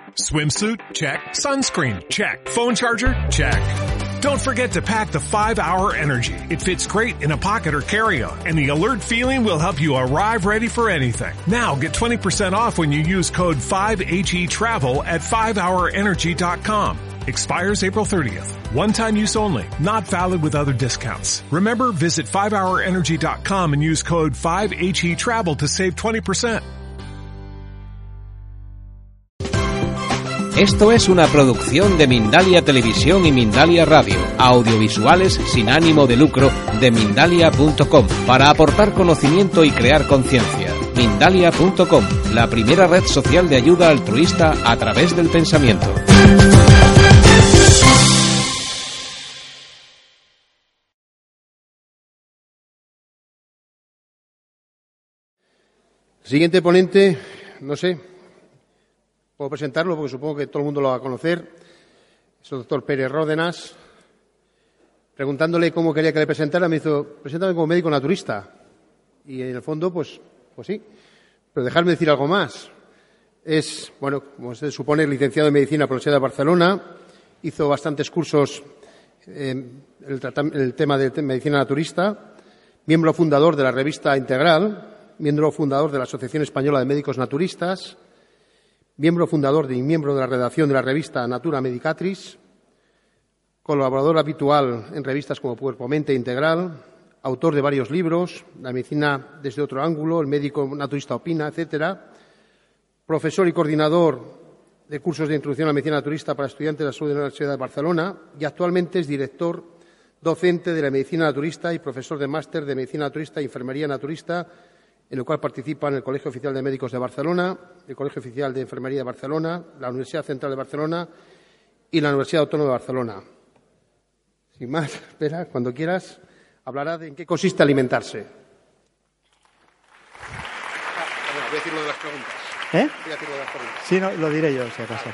Swimsuit? Check. Sunscreen? Check. Phone charger? Check. Don't forget to pack the 5-Hour Energy. It fits great in a pocket or carry-on, and the alert feeling will help you arrive ready for anything. Now get 20% off when you use code 5HETRAVEL at 5hourenergy.com. Expires April 30th. One-time use only. Not valid with other discounts. Remember, visit 5hourenergy.com and use code 5HETRAVEL to save 20%. Esto es una producción de Mindalia Televisión y Mindalia Radio, audiovisuales sin ánimo de lucro de Mindalia.com, para aportar conocimiento y crear conciencia. Mindalia.com, la primera red social de ayuda altruista a través del pensamiento. Siguiente ponente, no sé. Puedo presentarlo porque supongo que todo el mundo lo va a conocer. Es el doctor Pérez Ródenas. Preguntándole cómo quería que le presentara, me dijo, preséntame como médico naturista. Y en el fondo, pues sí. Pero dejarme decir algo más. Es, bueno, como se supone, licenciado en Medicina por la Universidad de Barcelona. Hizo bastantes cursos en el tema de Medicina Naturista. Miembro fundador de la revista Integral. Miembro fundador de la Asociación Española de Médicos Naturistas. Miembro fundador y miembro de la redacción de la revista Natura Medicatris, colaborador habitual en revistas como Cuerpo Mente Integral, autor de varios libros, La medicina desde otro ángulo, El médico naturista opina, etcétera, profesor y coordinador de cursos de introducción a la medicina naturista para estudiantes de la salud de la Universidad de Barcelona y actualmente es director docente de la medicina naturista y profesor de máster de medicina naturista y enfermería naturista, en el cual participan el Colegio Oficial de Médicos de Barcelona, el Colegio Oficial de Enfermería de Barcelona, la Universidad Central de Barcelona y la Universidad Autónoma de Barcelona. Sin más, espera, cuando quieras, hablará de en qué consiste alimentarse. Voy a decir lo de las preguntas. Voy a decir lo de las preguntas. Sí, no, lo diré yo, si acaso.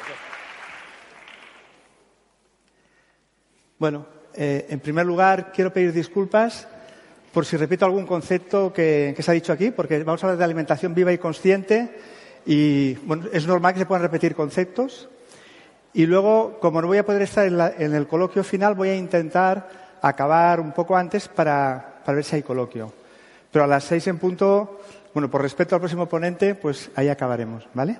Bueno, en primer lugar, quiero pedir disculpas por si repito algún concepto que se ha dicho aquí, porque vamos a hablar de alimentación viva y consciente y bueno, es normal que se puedan repetir conceptos. Y luego, como no voy a poder estar en el coloquio final, voy a intentar acabar un poco antes para ver si hay coloquio. Pero a las 6 en punto, bueno, por respeto al próximo ponente, pues ahí acabaremos, ¿vale?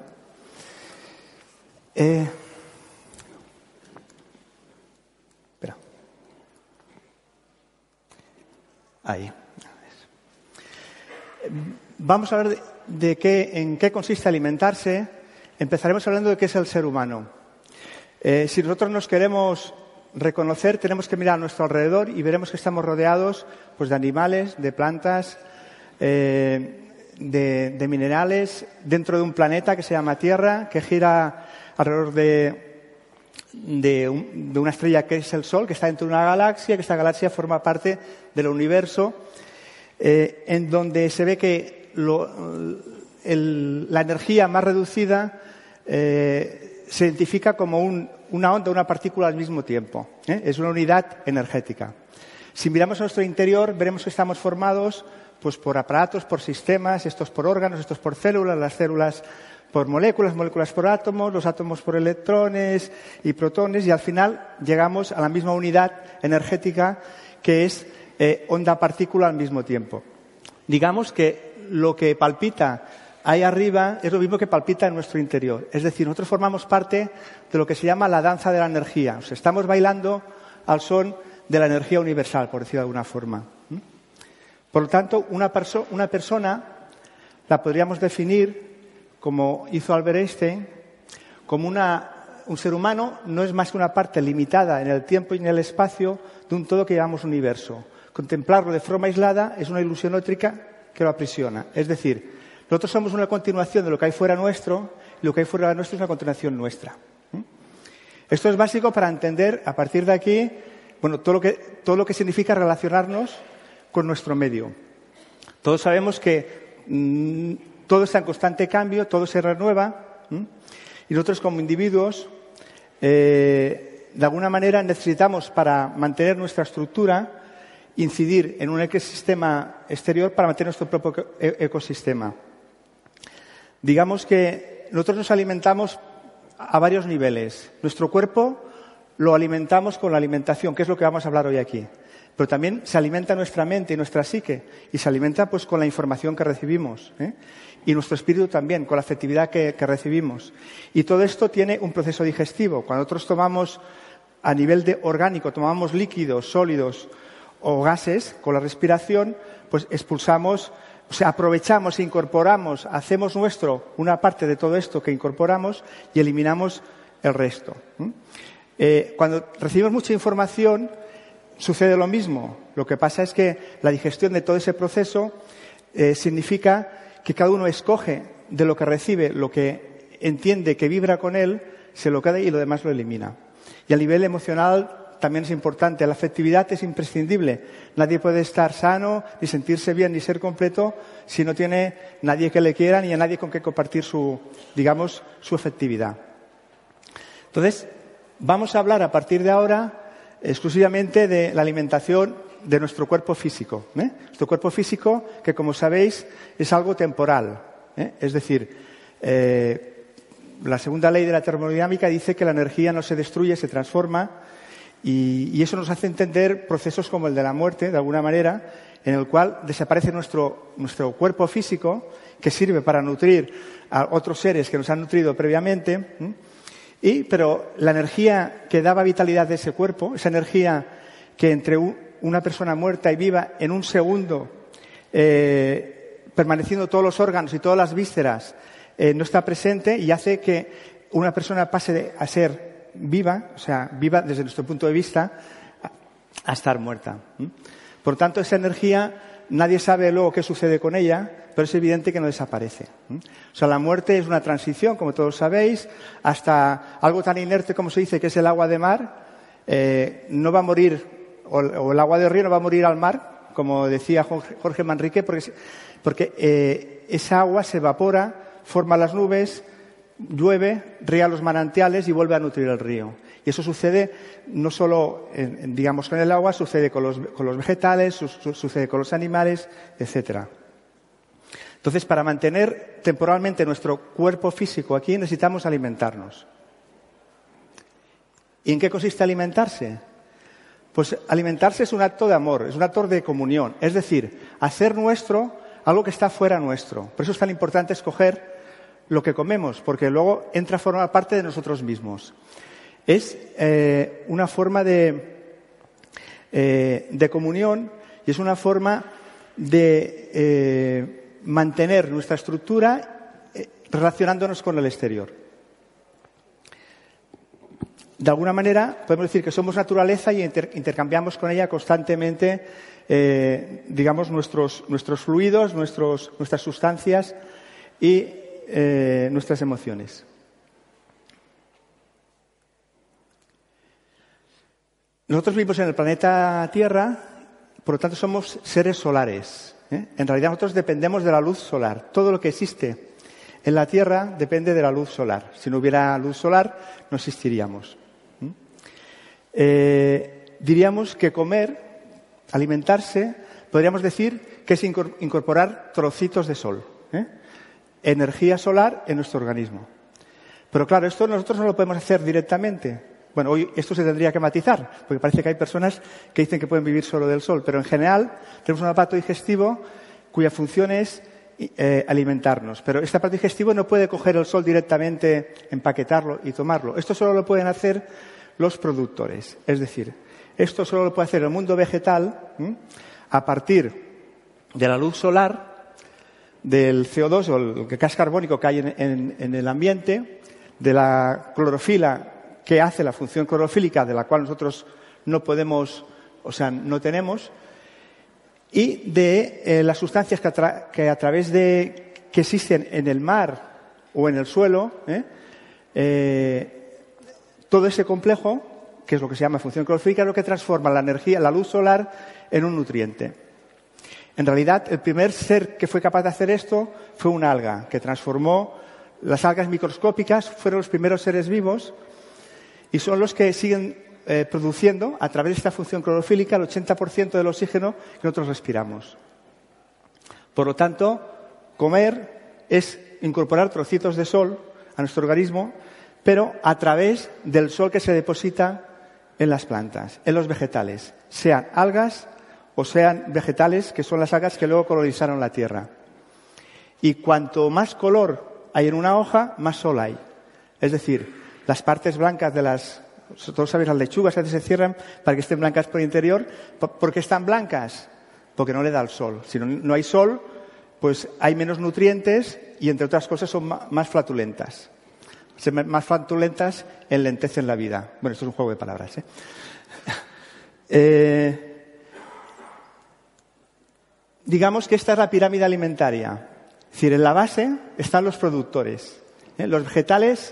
Espera. Ahí. Vamos a hablar en qué consiste alimentarse. Empezaremos hablando de qué es el ser humano. Si nosotros nos queremos reconocer, tenemos que mirar a nuestro alrededor y veremos que estamos rodeados pues, de animales, de plantas, de minerales, dentro de un planeta que se llama Tierra, que gira alrededor de una estrella que es el Sol, que está dentro de una galaxia, que esta galaxia forma parte del universo, en donde se ve que la energía más reducida se identifica como una onda, una partícula al mismo tiempo. Es una unidad energética. Si miramos a nuestro interior, veremos que estamos formados pues, por aparatos, por sistemas, estos por órganos, estos por células, las células por moléculas, moléculas por átomos, los átomos por electrones y protones, y al final llegamos a la misma unidad energética que es onda-partícula al mismo tiempo. Digamos que lo que palpita ahí arriba es lo mismo que palpita en nuestro interior. Es decir, nosotros formamos parte de lo que se llama la danza de la energía. O sea, estamos bailando al son de la energía universal, por decirlo de alguna forma. Por lo tanto, una persona la podríamos definir, como hizo Albert Einstein, como un ser humano no es más que una parte limitada en el tiempo y en el espacio de un todo que llamamos universo. Contemplarlo de forma aislada es una ilusión óptica que lo aprisiona. Es decir, nosotros somos una continuación de lo que hay fuera nuestro y lo que hay fuera nuestro es una continuación nuestra. Esto es básico para entender, a partir de aquí, bueno, todo lo que significa relacionarnos con nuestro medio. Todos sabemos que todo está en constante cambio, todo se renueva, y nosotros como individuos, de alguna manera necesitamos, para mantener nuestra estructura, incidir en un ecosistema exterior para mantener nuestro propio ecosistema. Digamos que nosotros nos alimentamos a varios niveles. Nuestro cuerpo lo alimentamos con la alimentación, que es lo que vamos a hablar hoy aquí. Pero también se alimenta nuestra mente y nuestra psique, y se alimenta pues con la información que recibimos, y nuestro espíritu también, con la afectividad que recibimos. Y todo esto tiene un proceso digestivo. Cuando nosotros tomamos, a nivel de orgánico, tomamos líquidos, sólidos o gases, con la respiración, pues expulsamos, o sea, aprovechamos, incorporamos, hacemos nuestro una parte de todo esto que incorporamos y eliminamos el resto. Cuando recibimos mucha información, sucede lo mismo. Lo que pasa es que la digestión de todo ese proceso significa que cada uno escoge de lo que recibe, lo que entiende que vibra con él, se lo queda y lo demás lo elimina. Y a nivel emocional también es importante. La afectividad es imprescindible. Nadie puede estar sano, ni sentirse bien, ni ser completo si no tiene nadie que le quiera ni a nadie con que compartir su afectividad. Entonces, vamos a hablar a partir de ahora exclusivamente de la alimentación de nuestro cuerpo físico. Nuestro cuerpo físico, que como sabéis, es algo temporal. Es decir, la segunda ley de la termodinámica dice que la energía no se destruye, se transforma, y eso nos hace entender procesos como el de la muerte, de alguna manera, en el cual desaparece nuestro cuerpo físico, que sirve para nutrir a otros seres que nos han nutrido previamente, pero la energía que daba vitalidad de ese cuerpo, esa energía que entre una persona muerta y viva en un segundo, permaneciendo todos los órganos y todas las vísceras, no está presente y hace que una persona pase a ser viva, o sea, viva desde nuestro punto de vista, a estar muerta. Por tanto, esa energía nadie sabe luego qué sucede con ella, pero es evidente que no desaparece. O sea, la muerte es una transición, como todos sabéis, hasta algo tan inerte como se dice que es el agua de mar. No va a morir, o el agua de río no va a morir al mar, como decía Jorge Manrique, porque esa agua se evapora, forma las nubes, llueve, riega los manantiales y vuelve a nutrir el río. Y eso sucede no solo, digamos, con el agua, sucede con los vegetales, sucede con los animales, etcétera. Entonces, para mantener temporalmente nuestro cuerpo físico aquí, necesitamos alimentarnos. ¿Y en qué consiste alimentarse? Pues alimentarse es un acto de amor, es un acto de comunión. Es decir, hacer nuestro algo que está fuera nuestro. Por eso es tan importante escoger lo que comemos, porque luego entra a formar parte de nosotros mismos. Es una forma de comunión y es una forma de mantener nuestra estructura relacionándonos con el exterior. De alguna manera podemos decir que somos naturaleza y intercambiamos con ella constantemente, digamos, nuestros fluidos, nuestras sustancias y nuestras emociones. Nosotros vivimos en el planeta Tierra, por lo tanto somos seres solares. En realidad nosotros dependemos de la luz solar. Todo lo que existe en la Tierra depende de la luz solar. Si no hubiera luz solar, no existiríamos. Diríamos que comer, alimentarse, podríamos decir que es incorporar trocitos de sol, energía solar en nuestro organismo. Pero claro, esto nosotros no lo podemos hacer directamente. Bueno, hoy esto se tendría que matizar, porque parece que hay personas que dicen que pueden vivir solo del sol, pero en general tenemos un aparato digestivo cuya función es alimentarnos. Pero este aparato digestivo no puede coger el sol directamente, empaquetarlo y tomarlo. Esto solo lo pueden hacer los productores. Es decir, esto solo lo puede hacer el mundo vegetal a partir de la luz solar, del CO2 o el gas carbónico que hay en el ambiente, de la clorofila que hace la función clorofílica de la cual nosotros no podemos, o sea, no tenemos, y de las sustancias que a través de que existen en el mar o en el suelo, todo ese complejo, que es lo que se llama función clorofílica, es lo que transforma la energía, la luz solar, en un nutriente. En realidad, el primer ser que fue capaz de hacer esto fue una alga, que transformó las algas microscópicas, fueron los primeros seres vivos, y son los que siguen produciendo, a través de esta función clorofílica, el 80% del oxígeno que nosotros respiramos. Por lo tanto, comer es incorporar trocitos de sol a nuestro organismo pero a través del sol que se deposita en las plantas, en los vegetales, sean algas o sean vegetales, que son las algas que luego colonizaron la tierra. Y cuanto más color hay en una hoja, más sol hay. Es decir, las partes blancas de las... Todos sabéis, las lechugas a veces se cierran para que estén blancas por el interior. ¿Por qué están blancas? Porque no le da el sol. Si no hay sol, pues hay menos nutrientes y, entre otras cosas, son más flatulentas. Más flatulentas enlentecen la vida. Bueno, esto es un juego de palabras, digamos que esta es la pirámide alimentaria. Es decir, en la base están los productores, los vegetales,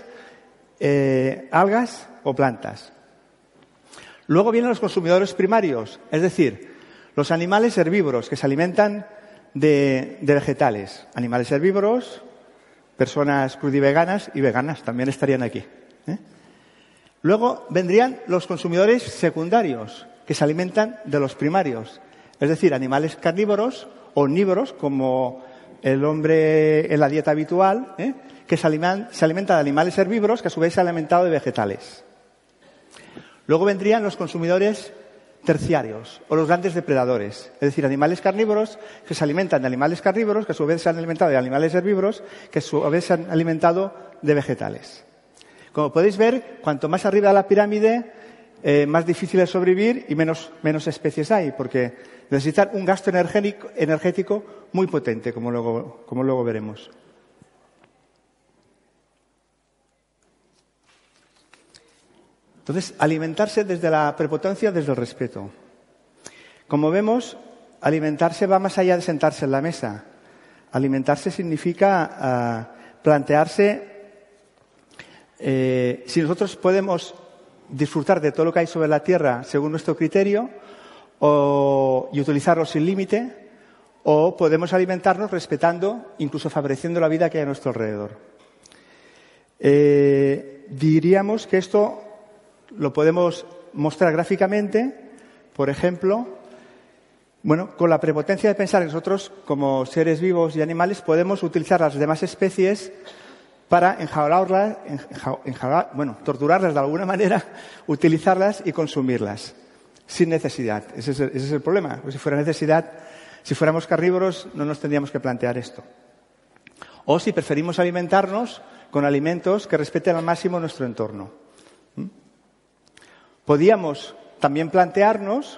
algas o plantas. Luego vienen los consumidores primarios, es decir, los animales herbívoros que se alimentan de vegetales. Animales herbívoros, personas crudiveganas y veganas también estarían aquí. Luego vendrían los consumidores secundarios, que se alimentan de los primarios. Es decir, animales carnívoros, omnívoros, como el hombre en la dieta habitual, que se alimenta de animales herbívoros, que a su vez se han alimentado de vegetales. Luego vendrían los consumidores terciarios, o los grandes depredadores. Es decir, animales carnívoros que se alimentan de animales carnívoros, que a su vez se han alimentado de animales herbívoros, que a su vez se han alimentado de vegetales. Como podéis ver, cuanto más arriba de la pirámide, más difícil es sobrevivir y menos especies hay, porque necesitan un gasto energético muy potente, como luego veremos. Entonces, alimentarse desde la prepotencia, desde el respeto. Como vemos, alimentarse va más allá de sentarse en la mesa. Alimentarse significa plantearse si nosotros podemos disfrutar de todo lo que hay sobre la tierra según nuestro criterio y utilizarlo sin límite, o podemos alimentarnos respetando, incluso favoreciendo la vida que hay a nuestro alrededor. Diríamos que esto lo podemos mostrar gráficamente, por ejemplo, con la prepotencia de pensar que nosotros, como seres vivos y animales, podemos utilizar las demás especies para torturarlas de alguna manera, utilizarlas y consumirlas, sin necesidad. Ese es el problema. Pues si fuera necesidad, si fuéramos carnívoros, no nos tendríamos que plantear esto. O si preferimos alimentarnos con alimentos que respeten al máximo nuestro entorno. Podíamos también plantearnos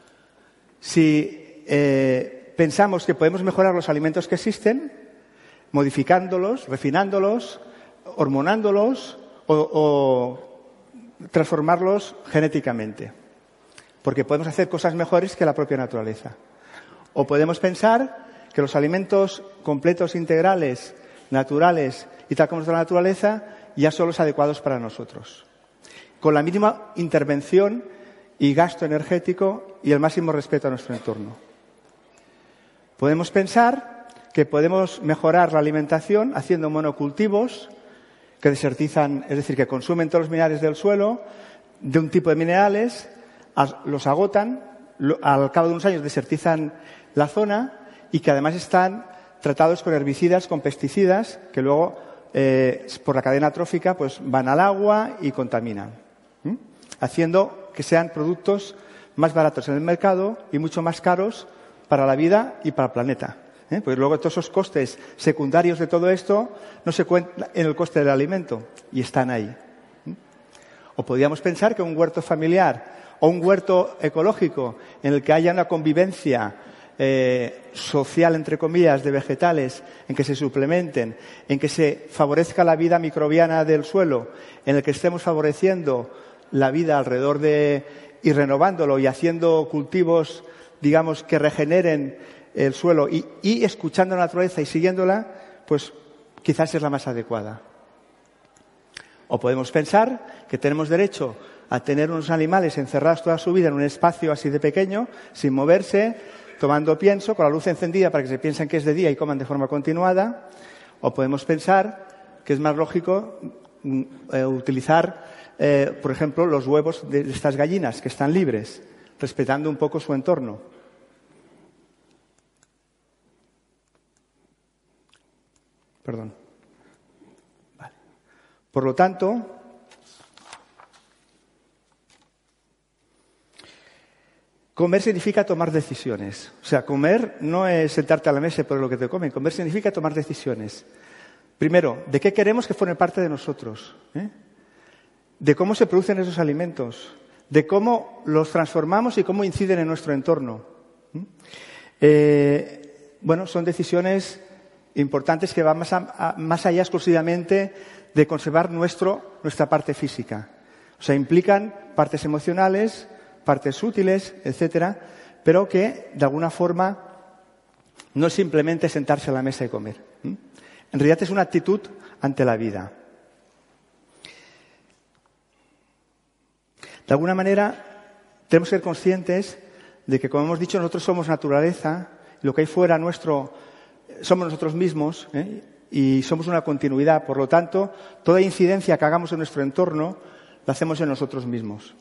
si pensamos que podemos mejorar los alimentos que existen, modificándolos, refinándolos, hormonándolos o transformarlos genéticamente. Porque podemos hacer cosas mejores que la propia naturaleza. O podemos pensar que los alimentos completos, integrales, naturales y tal como es la naturaleza, ya son los adecuados para nosotros. Con la mínima intervención y gasto energético y el máximo respeto a nuestro entorno. Podemos pensar que podemos mejorar la alimentación haciendo monocultivos que desertizan, es decir, que consumen todos los minerales del suelo, de un tipo de minerales, los agotan, al cabo de unos años desertizan la zona y que además están tratados con herbicidas, con pesticidas, que luego por la cadena trófica pues van al agua y contaminan, haciendo que sean productos más baratos en el mercado y mucho más caros para la vida y para el planeta. Pues luego todos esos costes secundarios de todo esto no se cuentan en el coste del alimento y están ahí. O podríamos pensar que un huerto familiar o un huerto ecológico en el que haya una convivencia social, entre comillas, de vegetales, en que se suplementen, en que se favorezca la vida microbiana del suelo, en el que estemos favoreciendo la vida alrededor y renovándolo y haciendo cultivos, digamos, que regeneren el suelo y escuchando la naturaleza y siguiéndola, pues quizás es la más adecuada. O podemos pensar que tenemos derecho a tener unos animales encerrados toda su vida en un espacio así de pequeño, sin moverse, tomando pienso, con la luz encendida para que se piensen que es de día y coman de forma continuada. O podemos pensar que es más lógico utilizar, por ejemplo, los huevos de estas gallinas que están libres, respetando un poco su entorno. Perdón. Vale. Por lo tanto, Comer significa tomar decisiones. O sea, comer no es sentarte a la mesa por lo que te comen. Comer significa tomar decisiones. Primero, ¿de qué queremos que forme parte de nosotros? De cómo se producen esos alimentos, de cómo los transformamos y cómo inciden en nuestro entorno. Son decisiones importantes que van más allá exclusivamente de conservar nuestra parte física. O sea, implican partes emocionales, partes útiles, etcétera, pero que, de alguna forma, no es simplemente sentarse a la mesa y comer. En realidad es una actitud ante la vida. De alguna manera, tenemos que ser conscientes de que, como hemos dicho, nosotros somos naturaleza, lo que hay fuera nuestro somos nosotros mismos, y somos una continuidad. Por lo tanto, toda incidencia que hagamos en nuestro entorno la hacemos en nosotros mismos.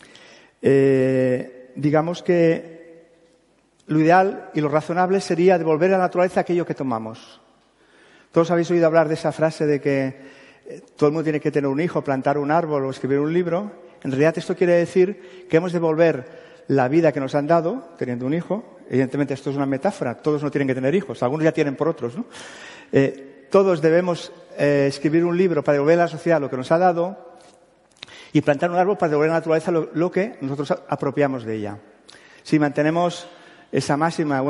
Digamos que lo ideal y lo razonable sería devolver a la naturaleza aquello que tomamos. Todos habéis oído hablar de esa frase de que todo el mundo tiene que tener un hijo, plantar un árbol o escribir un libro. En realidad esto quiere decir que hemos de devolver la vida que nos han dado teniendo un hijo. Evidentemente esto es una metáfora, todos no tienen que tener hijos, algunos ya tienen por otros, ¿no? Todos debemos escribir un libro para devolver a la sociedad lo que nos ha dado y plantar un árbol para devolver a la naturaleza lo que nosotros apropiamos de ella. Si mantenemos esa máxima,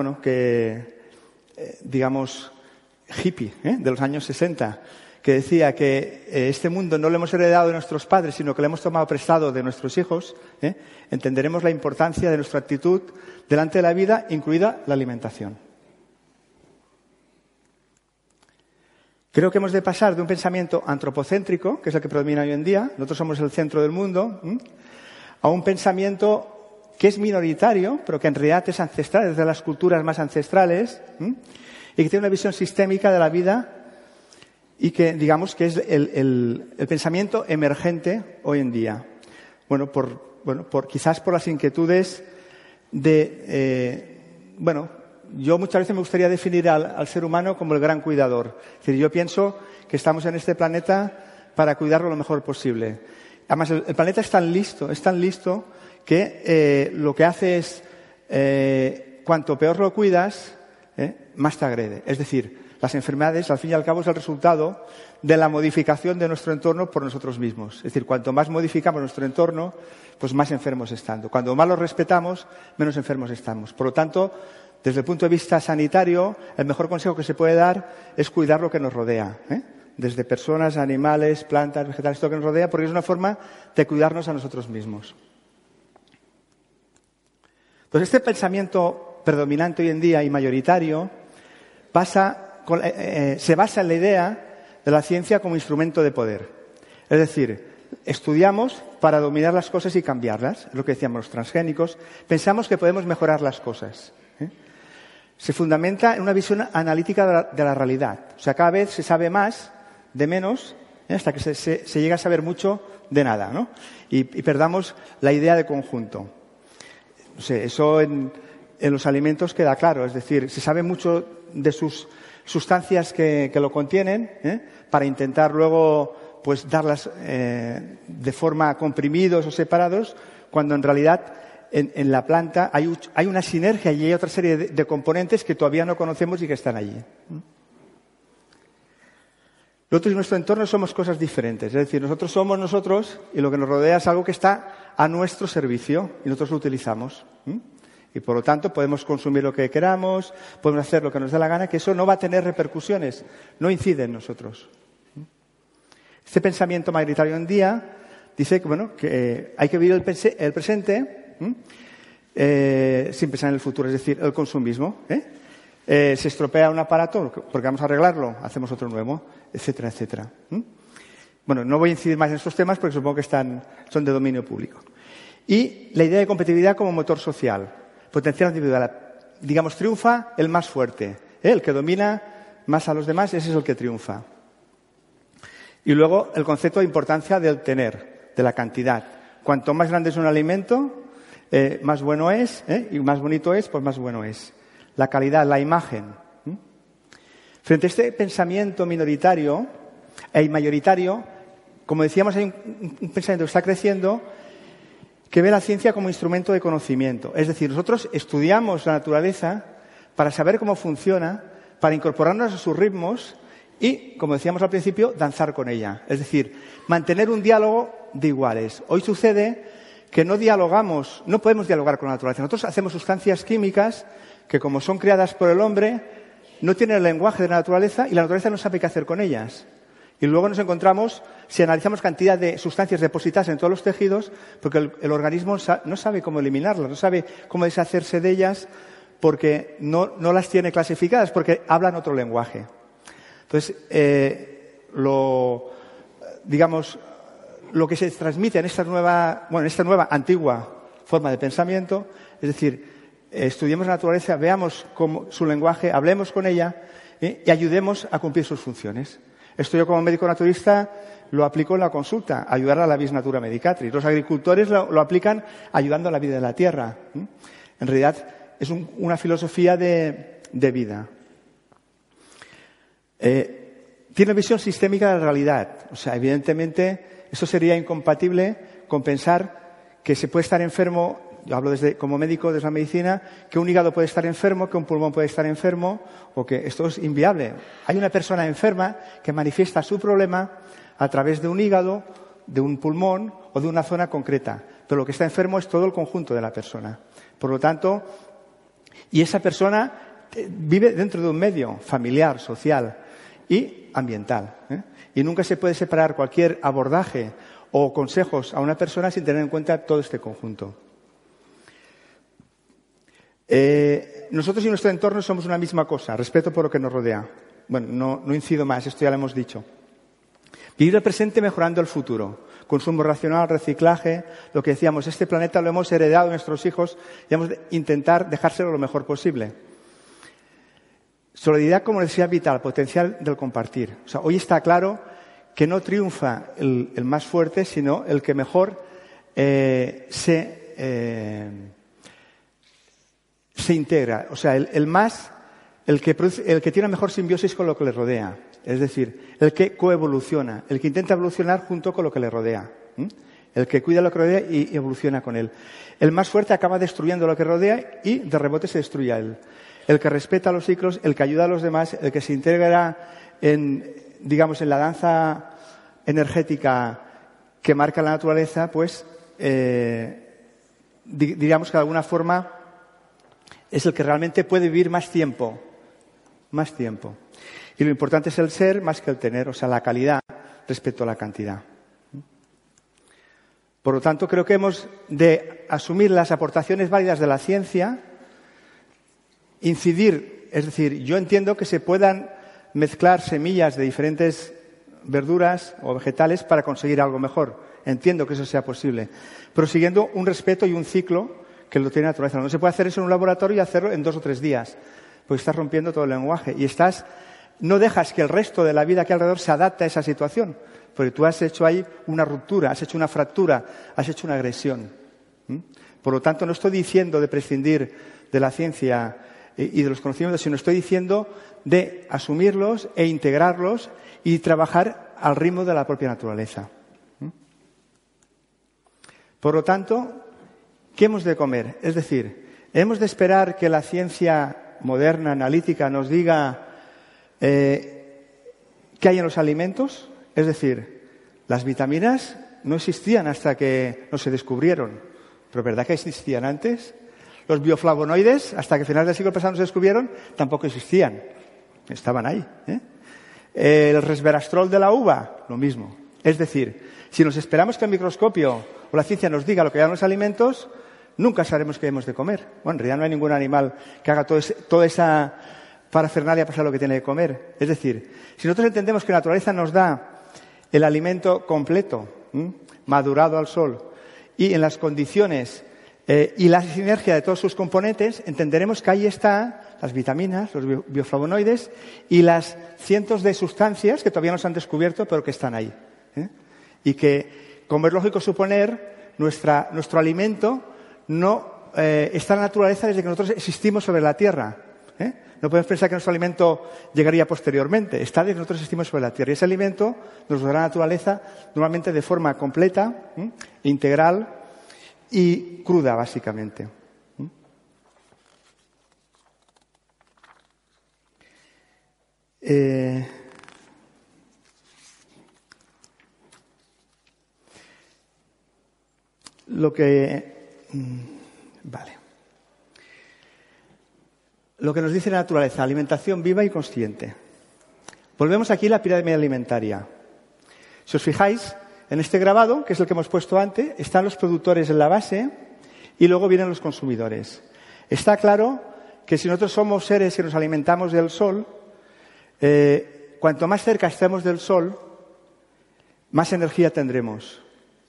digamos, hippie, de los años 60, que decía que este mundo no lo hemos heredado de nuestros padres, sino que lo hemos tomado prestado de nuestros hijos, entenderemos la importancia de nuestra actitud delante de la vida, incluida la alimentación. Creo que hemos de pasar de un pensamiento antropocéntrico, que es el que predomina hoy en día, nosotros somos el centro del mundo, a un pensamiento que es minoritario, pero que en realidad es ancestral, es de las culturas más ancestrales, y que tiene una visión sistémica de la vida y que, digamos, que es el pensamiento emergente hoy en día. Quizás por las inquietudes yo muchas veces me gustaría definir al ser humano como el gran cuidador. Es decir, yo pienso que estamos en este planeta para cuidarlo lo mejor posible. Además, el planeta es tan listo que lo que hace es, cuanto peor lo cuidas, más te agrede. Es decir, las enfermedades, al fin y al cabo, es el resultado de la modificación de nuestro entorno por nosotros mismos. Es decir, cuanto más modificamos nuestro entorno, pues más enfermos estamos. Cuando más lo respetamos, menos enfermos estamos. Por lo tanto, desde el punto de vista sanitario, el mejor consejo que se puede dar es cuidar lo que nos rodea, desde personas, animales, plantas, vegetales, todo lo que nos rodea, porque es una forma de cuidarnos a nosotros mismos. Entonces, este pensamiento predominante hoy en día y mayoritario se basa en la idea de la ciencia como instrumento de poder. Es decir, estudiamos para dominar las cosas y cambiarlas, es lo que decíamos los transgénicos. Pensamos que podemos mejorar las cosas. Se fundamenta en una visión analítica de la realidad. O sea, cada vez se sabe más de menos, hasta que se llega a saber mucho de nada, ¿no? Y perdamos la idea de conjunto. O sea, eso en los alimentos queda claro. Es decir, se sabe mucho de sus sustancias que lo contienen, para intentar luego pues darlas de forma comprimidos o separados, cuando en realidad en la planta hay una sinergia y hay otra serie de componentes que todavía no conocemos y que están allí. Nosotros y nuestro entorno somos cosas diferentes. Es decir, nosotros somos nosotros y lo que nos rodea es algo que está a nuestro servicio y nosotros lo utilizamos. Y por lo tanto podemos consumir lo que queramos, podemos hacer lo que nos dé la gana, que eso no va a tener repercusiones, no incide en nosotros. Este pensamiento mayoritario hoy en día dice que hay que vivir el presente sin pensar en el futuro, es decir, el consumismo. Se estropea un aparato, porque vamos a arreglarlo, hacemos otro nuevo, etcétera, etcétera. No voy a incidir más en estos temas porque supongo que son de dominio público. Y la idea de competitividad como motor social, potencial individual. Digamos, triunfa el más fuerte, el que domina más a los demás, ese es el que triunfa. Y luego el concepto de importancia del tener, de la cantidad. Cuanto más grande es un alimento, más bueno es, y más bonito es, pues más bueno es. La calidad, la imagen. Frente a este pensamiento minoritario y mayoritario, como decíamos, hay un pensamiento que está creciendo, que ve la ciencia como instrumento de conocimiento. Es decir, nosotros estudiamos la naturaleza para saber cómo funciona, para incorporarnos a sus ritmos y, como decíamos al principio, danzar con ella. Es decir, mantener un diálogo de iguales. Hoy sucede que no podemos dialogar con la naturaleza. Nosotros hacemos sustancias químicas que, como son creadas por el hombre, no tienen el lenguaje de la naturaleza y la naturaleza no sabe qué hacer con ellas. Y luego nos encontramos, si analizamos cantidad de sustancias depositadas en todos los tejidos, porque el organismo no sabe cómo eliminarlas, no sabe cómo deshacerse de ellas, porque no las tiene clasificadas, porque hablan otro lenguaje. Entonces, lo que se transmite en esta nueva, antigua forma de pensamiento, es decir, estudiemos la naturaleza, veamos su lenguaje, hablemos con ella y ayudemos a cumplir sus funciones. Esto yo como médico naturista lo aplico en la consulta, ayudar a la vis natura medicatrix. Los agricultores lo aplican ayudando a la vida de la tierra. En realidad es una filosofía de vida. Tiene visión sistémica de la realidad. O sea, evidentemente, eso sería incompatible con pensar que se puede estar enfermo. Yo hablo como médico desde la medicina, que un hígado puede estar enfermo, que un pulmón puede estar enfermo, o que esto es inviable. Hay una persona enferma que manifiesta su problema a través de un hígado, de un pulmón o de una zona concreta. Pero lo que está enfermo es todo el conjunto de la persona. Por lo tanto, y esa persona vive dentro de un medio familiar, social y ambiental. Y nunca se puede separar cualquier abordaje o consejos a una persona sin tener en cuenta todo este conjunto. Nosotros y nuestro entorno somos una misma cosa, respeto por lo que nos rodea. Bueno, no incido más, esto ya lo hemos dicho. Vivir el presente mejorando el futuro. Consumo racional, reciclaje, lo que decíamos, este planeta lo hemos heredado a nuestros hijos y hemos de intentar dejárselo lo mejor posible. Solidaridad como necesidad vital, potencial del compartir. O sea, hoy está claro que no triunfa el más fuerte, sino el que mejor se integra. O sea, el que tiene mejor simbiosis con lo que le rodea. Es decir, el que coevoluciona, el que intenta evolucionar junto con lo que le rodea. El que cuida lo que rodea y evoluciona con él. El más fuerte acaba destruyendo lo que rodea y de rebote se destruye a él. El que respeta los ciclos, el que ayuda a los demás, el que se integra en la danza energética que marca la naturaleza, pues diríamos que de alguna forma es el que realmente puede vivir más tiempo. Más tiempo. Y lo importante es el ser más que el tener, o sea, la calidad respecto a la cantidad. Por lo tanto, creo que hemos de asumir las aportaciones válidas de la ciencia, incidir, es decir, yo entiendo que se puedan mezclar semillas de diferentes verduras o vegetales para conseguir algo mejor. Entiendo que eso sea posible, pero siguiendo un respeto y un ciclo que lo tiene la naturaleza. No se puede hacer eso en un laboratorio y hacerlo en 2 o 3 días, porque estás rompiendo todo el lenguaje y no dejas que el resto de la vida que hay alrededor se adapte a esa situación, porque tú has hecho ahí una ruptura, has hecho una fractura, has hecho una agresión. Por lo tanto, no estoy diciendo de prescindir de la ciencia y de los conocimientos, sino estoy diciendo de asumirlos e integrarlos y trabajar al ritmo de la propia naturaleza. Por lo tanto, ¿qué hemos de comer? Es decir, ¿hemos de esperar que la ciencia moderna, analítica, nos diga qué hay en los alimentos? Es decir, las vitaminas no existían hasta que no se descubrieron. ¿Pero verdad que existían antes? Los bioflavonoides, hasta que a finales del siglo pasado no se descubrieron, tampoco existían. Estaban ahí. El resveratrol de la uva, lo mismo. Es decir, si nos esperamos que el microscopio o la ciencia nos diga lo que hay en los alimentos, nunca sabremos qué hemos de comer. Bueno, en realidad no hay ningún animal que haga toda esa parafernalia para saber lo que tiene que comer. Es decir, si nosotros entendemos que la naturaleza nos da el alimento completo, madurado al sol, y en las condiciones y la sinergia de todos sus componentes, entenderemos que ahí están las vitaminas, los bioflavonoides y las cientos de sustancias que todavía no se han descubierto, pero que están ahí. Y que, como es lógico suponer, nuestro alimento no está en la naturaleza desde que nosotros existimos sobre la Tierra. No podemos pensar que nuestro alimento llegaría posteriormente. Está desde que nosotros existimos sobre la Tierra. Y ese alimento nos lo da la naturaleza normalmente de forma completa, integral y cruda, básicamente. Lo que nos dice la naturaleza, alimentación viva y consciente. Volvemos aquí a la pirámide alimentaria. Si os fijáis, en este grabado, que es el que hemos puesto antes, están los productores en la base y luego vienen los consumidores. Está claro que si nosotros somos seres que nos alimentamos del sol, cuanto más cerca estemos del sol, más energía tendremos.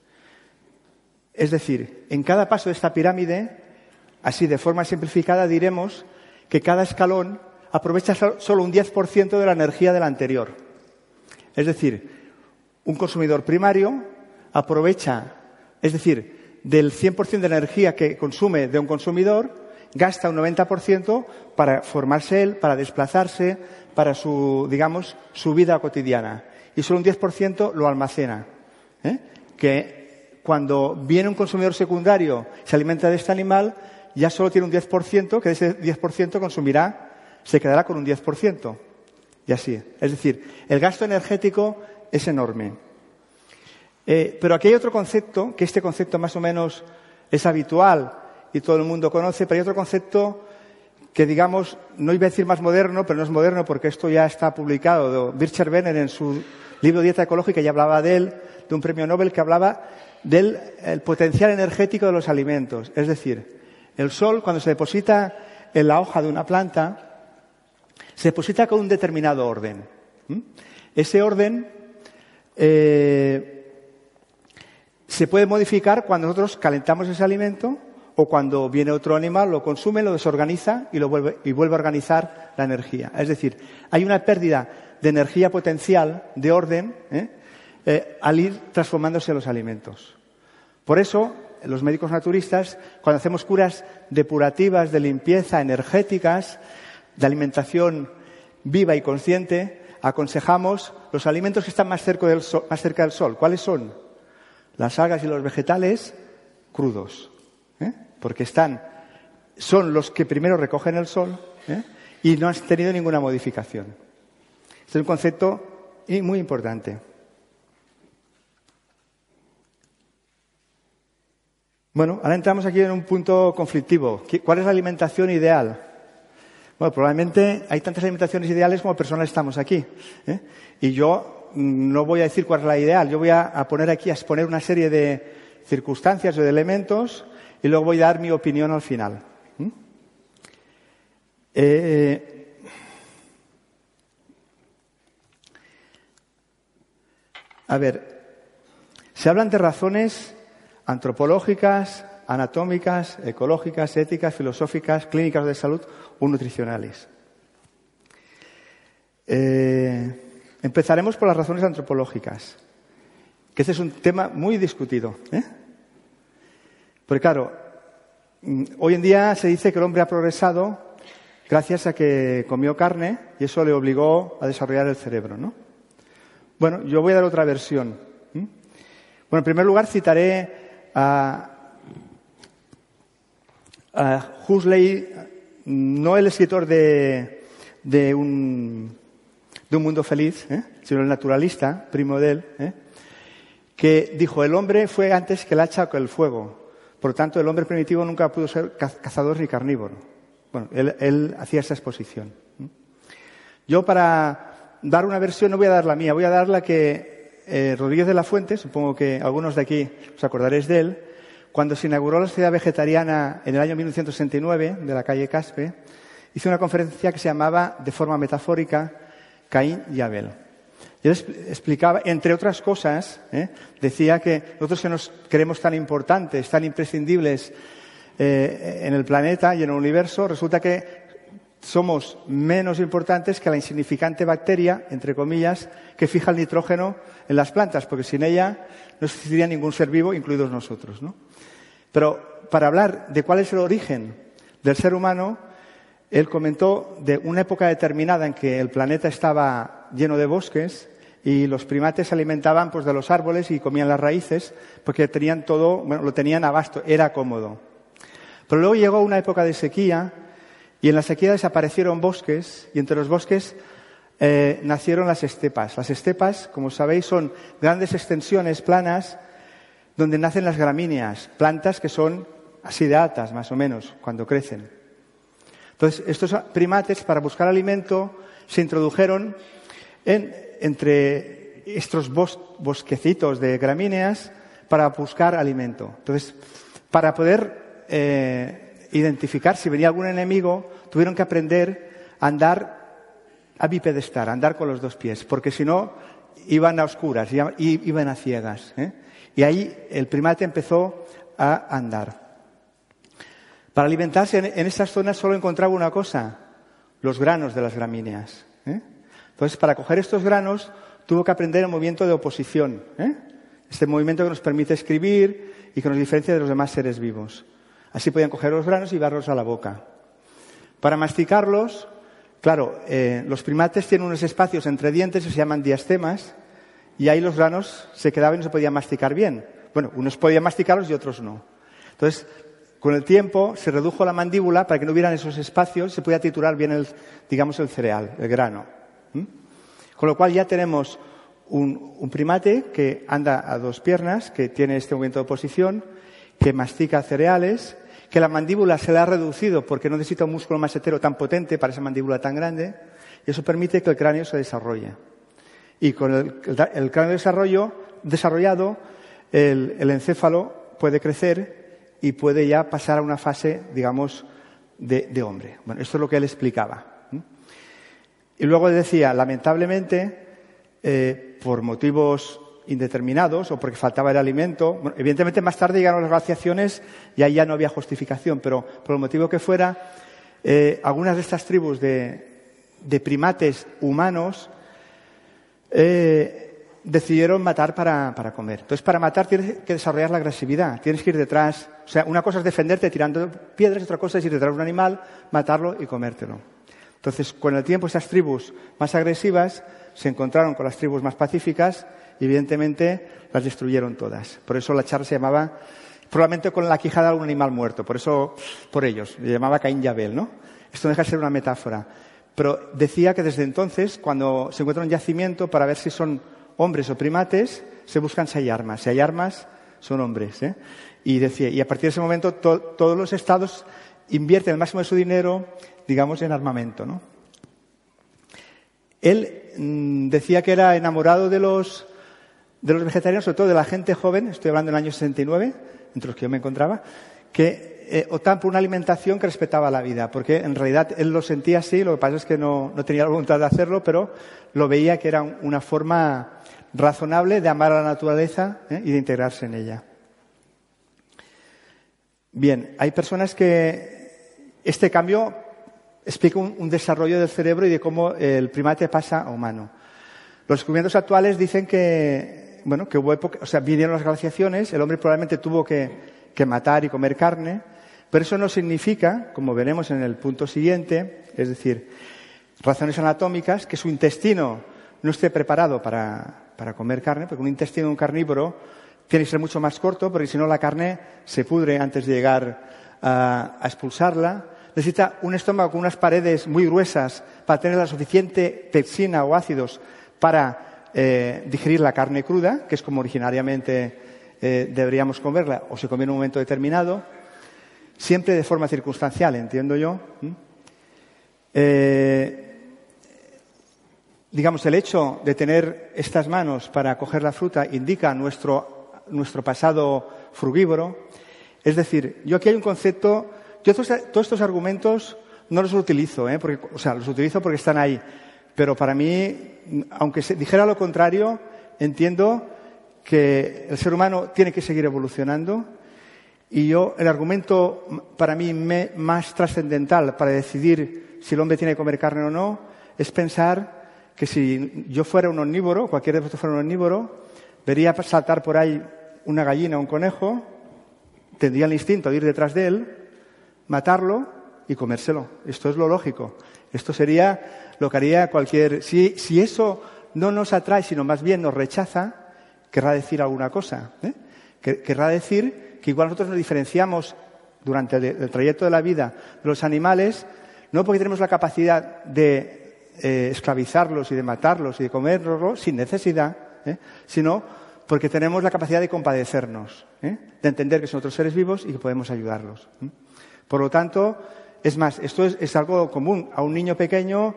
Es decir, en cada paso de esta pirámide, así de forma simplificada, diremos que cada escalón aprovecha solo un 10% de la energía del anterior. Es decir, un consumidor primario aprovecha, es decir, del 100% de energía que consume de un consumidor, gasta un 90% para formarse él, para desplazarse, para su vida cotidiana. Y solo un 10% lo almacena. Que cuando viene un consumidor secundario y se alimenta de este animal, ya solo tiene un 10%, que de ese 10% se quedará con un 10%. Y así. Es decir, el gasto energético es enorme. Pero aquí hay otro concepto, que este concepto más o menos es habitual y todo el mundo conoce, pero hay otro concepto que, digamos, no iba a decir más moderno, pero no es moderno porque esto ya está publicado. Bircher Benner, en su libro Dieta Ecológica, ya hablaba de él, de un premio Nobel que hablaba del potencial energético de los alimentos. Es decir, el sol, cuando se deposita en la hoja de una planta, se deposita con un determinado orden. Ese orden se puede modificar cuando nosotros calentamos ese alimento o cuando viene otro animal, lo consume, lo desorganiza y vuelve a organizar la energía. Es decir, hay una pérdida de energía potencial, de orden, al ir transformándose los alimentos. Por eso, los médicos naturistas, cuando hacemos curas depurativas, de limpieza, energéticas, de alimentación viva y consciente, aconsejamos los alimentos que están más cerca del sol. ¿Cuáles son? Las algas y los vegetales crudos, porque son los que primero recogen el sol y no han tenido ninguna modificación. Este es un concepto muy importante. Bueno, ahora entramos aquí en un punto conflictivo. ¿Cuál es la alimentación ideal? Bueno, probablemente hay tantas alimentaciones ideales como personas estamos aquí. Y yo no voy a decir cuál es la ideal. Yo voy a poner aquí, a exponer una serie de circunstancias o de elementos y luego voy a dar mi opinión al final. A ver, se hablan de razones antropológicas, anatómicas, ecológicas, éticas, filosóficas, clínicas de salud o nutricionales. Empezaremos por las razones antropológicas, que este es un tema muy discutido. Porque claro, hoy en día se dice que el hombre ha progresado gracias a que comió carne y eso le obligó a desarrollar el cerebro, ¿no? Bueno, yo voy a dar otra versión. Bueno, en primer lugar citaré a Huxley, no el escritor de un mundo feliz, sino el naturalista, primo de él, que dijo: el hombre fue antes que el hacha o que el fuego. Por lo tanto, el hombre primitivo nunca pudo ser cazador ni carnívoro. Bueno, él hacía esa exposición. Yo, para dar una versión, no voy a dar la mía, voy a dar la que Rodríguez de la Fuente, supongo que algunos de aquí os acordaréis de él, cuando se inauguró la Sociedad Vegetariana en el año 1969, de la calle Caspe, hizo una conferencia que se llamaba, de forma metafórica, Caín y Abel. Y él explicaba, entre otras cosas, decía que nosotros que nos creemos tan importantes, tan imprescindibles en el planeta y en el universo, resulta que somos menos importantes que la insignificante bacteria, entre comillas, que fija el nitrógeno en las plantas, porque sin ella no existiría ningún ser vivo, incluidos nosotros, ¿no? Pero para hablar de cuál es el origen del ser humano, él comentó de una época determinada en que el planeta estaba lleno de bosques, Y los primates se alimentaban pues de los árboles y comían las raíces porque tenían todo, bueno, lo tenían a basto, era cómodo. Pero luego llegó una época de sequía y en la sequía desaparecieron bosques y entre los bosques nacieron las estepas. Las estepas, como sabéis, son grandes extensiones planas donde nacen las gramíneas, plantas que son así de altas, más o menos, cuando crecen. Entonces, estos primates, para buscar alimento, se introdujeron entre estos bosquecitos de gramíneas para buscar alimento. Entonces, para poder identificar si venía algún enemigo, tuvieron que aprender a andar a bipedestar, a andar con los dos pies, porque si no, iban a oscuras, iban a ciegas. Y ahí el primate empezó a andar. Para alimentarse en estas zonas solo encontraba una cosa, los granos de las gramíneas. Entonces, para coger estos granos, tuvo que aprender el movimiento de oposición. Este movimiento que nos permite escribir y que nos diferencia de los demás seres vivos. Así podían coger los granos y llevarlos a la boca. Para masticarlos, claro, los primates tienen unos espacios entre dientes que se llaman diastemas y ahí los granos se quedaban y no se podían masticar bien. Bueno, unos podían masticarlos y otros no. Entonces, con el tiempo se redujo la mandíbula para que no hubieran esos espacios y se pudiera triturar bien el cereal, el grano. Con lo cual ya tenemos un primate que anda a dos piernas, que tiene este movimiento de oposición, que mastica cereales, que la mandíbula se le ha reducido porque no necesita un músculo masetero tan potente para esa mandíbula tan grande, y eso permite que el cráneo se desarrolle. Y con el cráneo desarrollado, el encéfalo puede crecer y puede ya pasar a una fase, digamos, de hombre. Bueno, esto es lo que él explicaba. Y luego decía, lamentablemente, por motivos indeterminados o porque faltaba el alimento, bueno, evidentemente más tarde llegaron las glaciaciones y ahí ya no había justificación, pero por el motivo que fuera, algunas de estas tribus de primates humanos decidieron matar para comer. Entonces, para matar tienes que desarrollar la agresividad, tienes que ir detrás. O sea, una cosa es defenderte tirando piedras, otra cosa es ir detrás de un animal, matarlo y comértelo. Entonces, con el tiempo, esas tribus más agresivas se encontraron con las tribus más pacíficas y, evidentemente, las destruyeron todas. Por eso la charla se llamaba, probablemente con la quijada de algún animal muerto, por ellos, le llamaba Caín y Abel, ¿no? Esto no deja de ser una metáfora. Pero decía que desde entonces, cuando se encuentra un yacimiento, para ver si son hombres o primates, se buscan si hay armas. Si hay armas, son hombres. Y decía, y a partir de ese momento todos los estados invierten el máximo de su dinero, digamos, en armamento, ¿no? Él decía que era enamorado de los vegetarianos, sobre todo de la gente joven, estoy hablando del año 69, entre los que yo me encontraba, que optaban por una alimentación que respetaba la vida, porque en realidad él lo sentía así, lo que pasa es que no tenía la voluntad de hacerlo, pero lo veía que era una forma razonable de amar a la naturaleza y de integrarse en ella. Bien, hay personas que este cambio explica un desarrollo del cerebro y de cómo el primate pasa a humano. Los descubrimientos actuales dicen que hubo época, vinieron las glaciaciones, el hombre probablemente tuvo que matar y comer carne, pero eso no significa, como veremos en el punto siguiente, es decir, razones anatómicas, que su intestino no esté preparado para comer carne, porque un intestino de un carnívoro tiene que ser mucho más corto, porque si no la carne se pudre antes de llegar a expulsarla. Necesita un estómago con unas paredes muy gruesas para tener la suficiente pepsina o ácidos para digerir la carne cruda, que es como originariamente deberíamos comerla, o se come en un momento determinado, siempre de forma circunstancial, entiendo yo. Digamos, el hecho de tener estas manos para coger la fruta indica nuestro pasado frugívoro. Es decir, yo aquí hay un concepto. Yo todos estos argumentos no los utilizo, los utilizo porque están ahí. Pero para mí, aunque se dijera lo contrario, entiendo que el ser humano tiene que seguir evolucionando. Y el argumento para mí más trascendental para decidir si el hombre tiene que comer carne o no, es pensar que si yo fuera un omnívoro, cualquiera de vosotros fuera un omnívoro, vería saltar por ahí una gallina o un conejo, tendría el instinto de ir detrás de él, matarlo y comérselo. Esto es lo lógico. Esto sería lo que haría cualquier. Si eso no nos atrae, sino más bien nos rechaza, querrá decir alguna cosa. Querrá decir que igual nosotros nos diferenciamos durante el trayecto de la vida de los animales, no porque tenemos la capacidad de esclavizarlos y de matarlos y de comerlos sin necesidad, sino porque tenemos la capacidad de compadecernos, de entender que son otros seres vivos y que podemos ayudarlos. Por lo tanto, es más, esto es algo común. A un niño pequeño,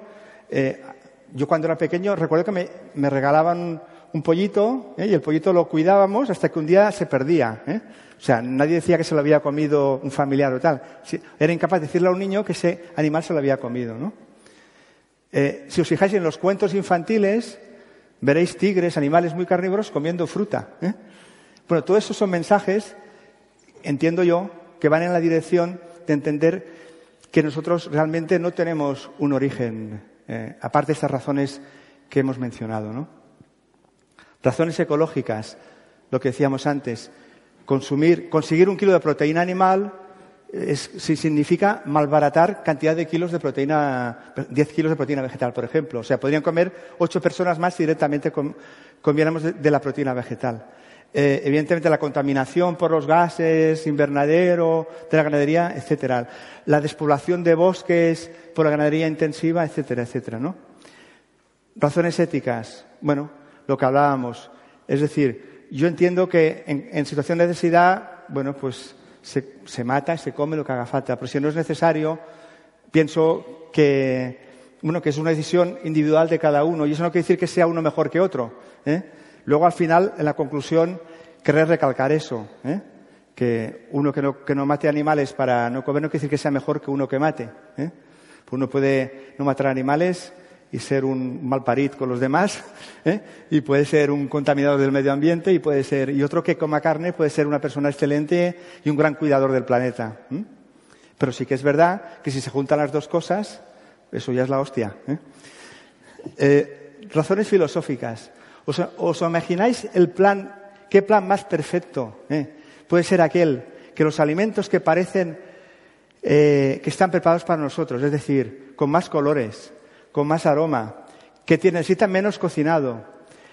yo cuando era pequeño recuerdo que me regalaban un pollito, y el pollito lo cuidábamos hasta que un día se perdía. O sea, nadie decía que se lo había comido un familiar o tal. Era incapaz de decirle a un niño que ese animal se lo había comido, ¿no? Si os fijáis en los cuentos infantiles, veréis tigres, animales muy carnívoros comiendo fruta. Bueno, todos esos son mensajes, entiendo yo, que van en la dirección de entender que nosotros realmente no tenemos un origen, aparte de estas razones que hemos mencionado, ¿no? Razones ecológicas, lo que decíamos antes, conseguir 1 kilo de proteína animal significa malbaratar cantidad de kilos de proteína, 10 kilos de proteína vegetal, por ejemplo. O sea, podrían comer 8 personas más si directamente comiéramos de la proteína vegetal. Evidentemente la contaminación por los gases, invernadero, de la ganadería, etcétera. La despoblación de bosques por la ganadería intensiva, etcétera, etcétera, ¿no? Razones éticas. Bueno, lo que hablábamos. Es decir, yo entiendo que en situación de necesidad, bueno, pues se mata, se come lo que haga falta. Pero si no es necesario, pienso que es una decisión individual de cada uno. Y eso no quiere decir que sea uno mejor que otro, Luego, al final, en la conclusión, querré recalcar eso, que uno que no mate animales para no comer no quiere decir que sea mejor que uno que mate. Pues uno puede no matar animales y ser un malparit con los demás, y puede ser un contaminador del medio ambiente, y otro que coma carne puede ser una persona excelente y un gran cuidador del planeta. Pero sí que es verdad que si se juntan las dos cosas, eso ya es la hostia. Razones filosóficas. ¿Os imagináis qué plan más perfecto? Puede ser aquel que los alimentos que parecen que están preparados para nosotros, es decir, con más colores, con más aroma, que necesitan menos cocinado,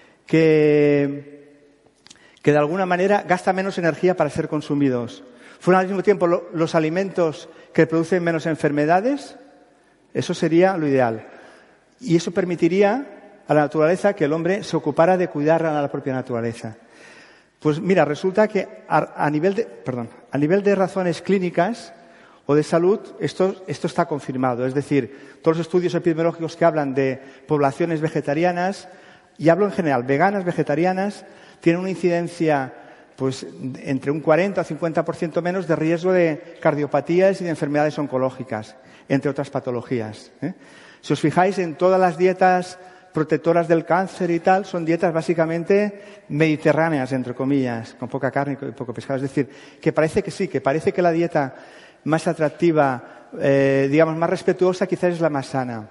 que de alguna manera gasta menos energía para ser consumidos. Fueran al mismo tiempo los alimentos que producen menos enfermedades, eso sería lo ideal. Y eso permitiría a la naturaleza que el hombre se ocupara de cuidar a la propia naturaleza. Pues mira, resulta que a nivel de razones clínicas o de salud, esto está confirmado. Es decir, todos los estudios epidemiológicos que hablan de poblaciones vegetarianas, y hablo en general, veganas, vegetarianas, tienen una incidencia pues entre un 40 o 50% menos de riesgo de cardiopatías y de enfermedades oncológicas, entre otras patologías. Si os fijáis en todas las dietas protectoras del cáncer y tal, son dietas básicamente mediterráneas, entre comillas, con poca carne y poco pescado. Es decir, que parece que la dieta más atractiva, más respetuosa, quizás es la más sana.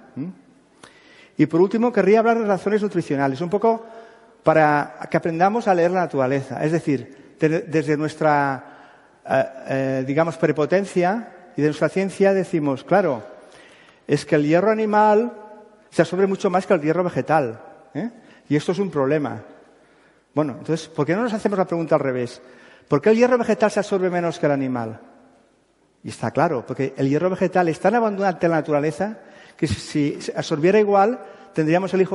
Y por último, querría hablar de razones nutricionales, un poco para que aprendamos a leer la naturaleza. Es decir, desde nuestra, prepotencia y de nuestra ciencia decimos, claro, es que el hierro animal se absorbe mucho más que el hierro vegetal, y esto es un problema. Bueno, entonces, ¿por qué no nos hacemos la pregunta al revés? ¿Por qué el hierro vegetal se absorbe menos que el animal? Y está claro, porque el hierro vegetal es tan abundante en la naturaleza que si se absorbiera igual, tendríamos el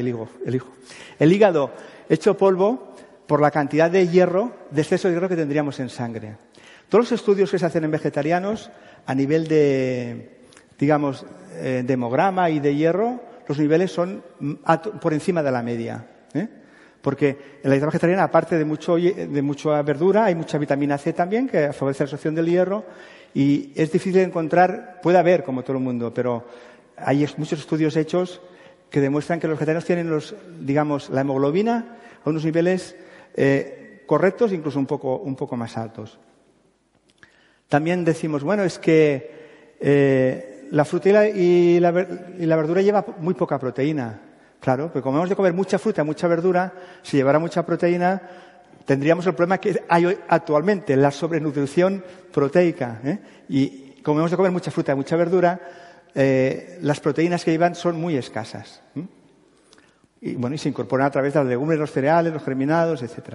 hígado hecho polvo por la cantidad de exceso de hierro que tendríamos en sangre. Todos los estudios que se hacen en vegetarianos a nivel de hemograma y de hierro, los niveles son por encima de la media. Porque en la dieta vegetariana, aparte de mucha verdura, hay mucha vitamina C también, que favorece la absorción del hierro, y es difícil de encontrar, puede haber, como todo el mundo, pero hay muchos estudios hechos que demuestran que los vegetarianos tienen la hemoglobina a unos niveles correctos, incluso un poco más altos. También decimos, bueno, es que la fruta y la verdura lleva muy poca proteína. Claro, porque como hemos de comer mucha fruta, mucha verdura, si llevara mucha proteína, tendríamos el problema que hay hoy actualmente, la sobrenutrición proteica. Y como hemos de comer mucha fruta y mucha verdura, las proteínas que llevan son muy escasas. Y se incorporan a través de las legumbres, los cereales, los germinados, etc.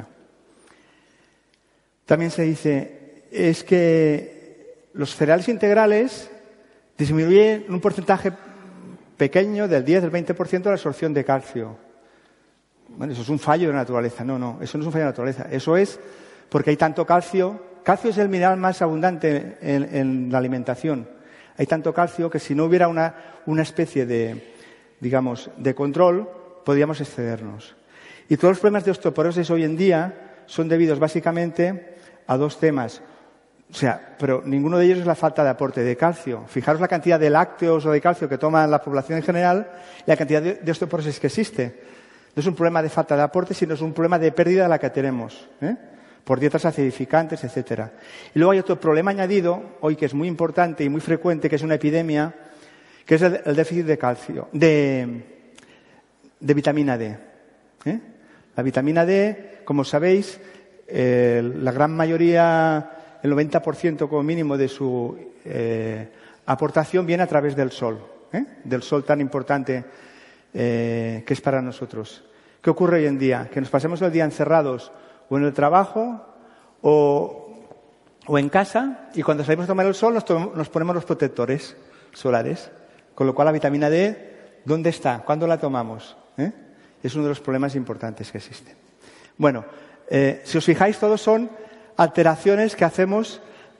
También se dice, es que los cereales integrales disminuyen un porcentaje pequeño del 10, del 20% de la absorción de calcio. Bueno, eso es un fallo de la naturaleza. No, eso no es un fallo de la naturaleza. Eso es porque hay tanto calcio. Calcio es el mineral más abundante en la alimentación. Hay tanto calcio que si no hubiera una especie de control, podríamos excedernos. Y todos los problemas de osteoporosis hoy en día son debidos básicamente a dos temas. Pero ninguno de ellos es la falta de aporte de calcio. Fijaros la cantidad de lácteos o de calcio que toma la población en general y la cantidad de osteoporosis que existe. No es un problema de falta de aporte, sino es un problema de pérdida de la que tenemos, por dietas acidificantes, etcétera. Y luego hay otro problema añadido, hoy que es muy importante y muy frecuente, que es una epidemia, que es el déficit de calcio, de vitamina D. La vitamina D, como sabéis, la gran mayoría, el 90% como mínimo de su aportación viene a través del sol, del sol tan importante que es para nosotros. ¿Qué ocurre hoy en día? Que nos pasemos el día encerrados o en el trabajo o en casa y cuando salimos a tomar el sol nos ponemos los protectores solares. Con lo cual la vitamina D, ¿dónde está? ¿Cuándo la tomamos? Es uno de los problemas importantes que existen. Bueno, si os fijáis, todos son alteraciones que hacemos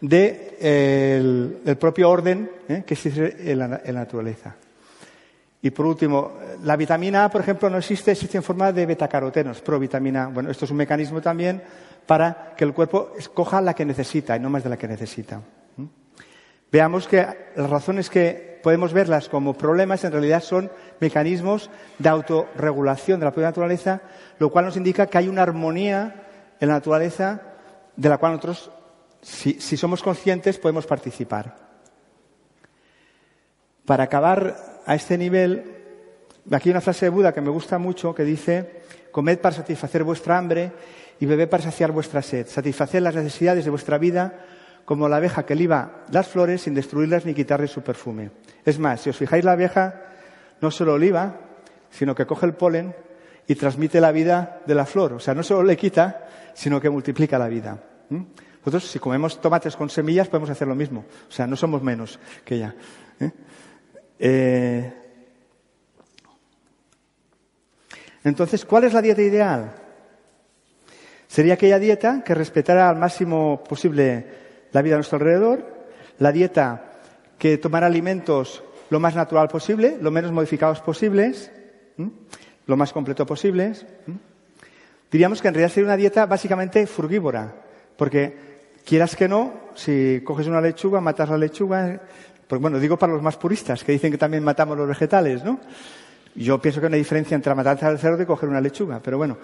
del propio orden que existe en la naturaleza. Y por último, la vitamina A, por ejemplo, no existe en forma de betacarotenos, provitamina A. Bueno, esto es un mecanismo también para que el cuerpo escoja la que necesita y no más de la que necesita. Veamos que las razones que podemos verlas como problemas en realidad son mecanismos de autorregulación de la propia naturaleza, lo cual nos indica que hay una armonía en la naturaleza de la cual nosotros, si somos conscientes, podemos participar. Para acabar a este nivel, aquí hay una frase de Buda que me gusta mucho que dice: comed para satisfacer vuestra hambre y bebed para saciar vuestra sed. Satisfaced las necesidades de vuestra vida como la abeja que liba las flores sin destruirlas ni quitarles su perfume. Es más, si os fijáis, la abeja no solo liba, sino que coge el polen y transmite la vida de la flor. O sea, no solo le quita, sino que multiplica la vida. Nosotros, si comemos tomates con semillas, podemos hacer lo mismo. O sea, no somos menos que ella. Entonces, ¿cuál es la dieta ideal? Sería aquella dieta que respetara al máximo posible la vida a nuestro alrededor, la dieta que tomara alimentos lo más natural posible, lo menos modificados posibles, lo más completo posibles. Diríamos que en realidad sería una dieta básicamente frugívora, porque quieras que no, si coges una lechuga, matas la lechuga. Pues bueno, digo para los más puristas, que dicen que también matamos los vegetales, ¿no? Yo pienso que hay una diferencia entre la matanza del cerdo y coger una lechuga, pero bueno.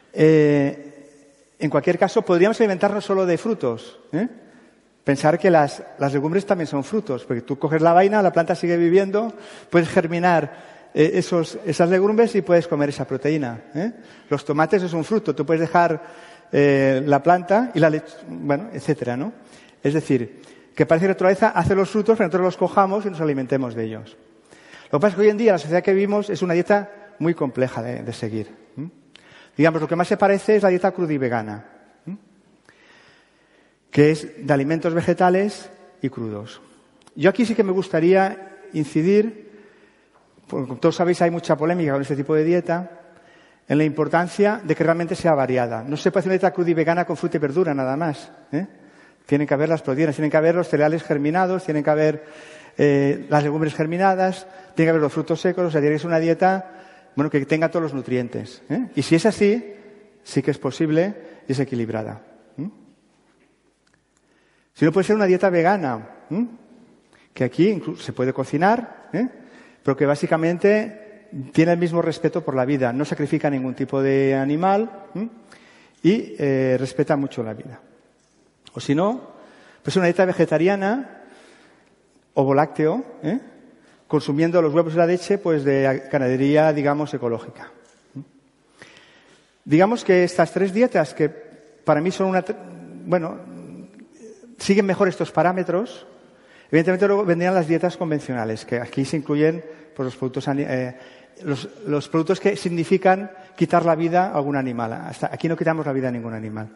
En cualquier caso, podríamos alimentarnos solo de frutos, Pensar que las legumbres también son frutos, porque tú coges la vaina, la planta sigue viviendo, puedes germinar esas legumbres y puedes comer esa proteína. Los tomates es un fruto, tú puedes dejar la planta y la leche, bueno, etcétera, ¿no? Es decir, que parece que la naturaleza hace los frutos, pero nosotros los cojamos y nos alimentemos de ellos. Lo que pasa es que hoy en día la sociedad que vivimos es una dieta muy compleja de seguir. Digamos, lo que más se parece es la dieta crudivegana, que es de alimentos vegetales y crudos. Yo aquí sí que me gustaría incidir, porque como todos sabéis hay mucha polémica con este tipo de dieta, en la importancia de que realmente sea variada. No se puede hacer una dieta crudivegana con fruta y verdura nada más. Tienen que haber las proteínas, tienen que haber los cereales germinados, tienen que haber las legumbres germinadas, tienen que haber los frutos secos, o sea, tiene que ser una dieta que tenga todos los nutrientes. Y si es así, sí que es posible y es equilibrada. Si no, puede ser una dieta vegana, que aquí incluso se puede cocinar, pero que básicamente tiene el mismo respeto por la vida, no sacrifica ningún tipo de animal y respeta mucho la vida. O si no, pues una dieta vegetariana, ovo-lácteo, consumiendo los huevos y la leche pues de ganadería, digamos, ecológica. Digamos que estas tres dietas, que para mí son siguen mejor estos parámetros, Evidentemente luego vendrían las dietas convencionales, que aquí se incluyen pues, los productos que significan quitar la vida a algún animal. Hasta aquí no quitamos la vida a ningún animal.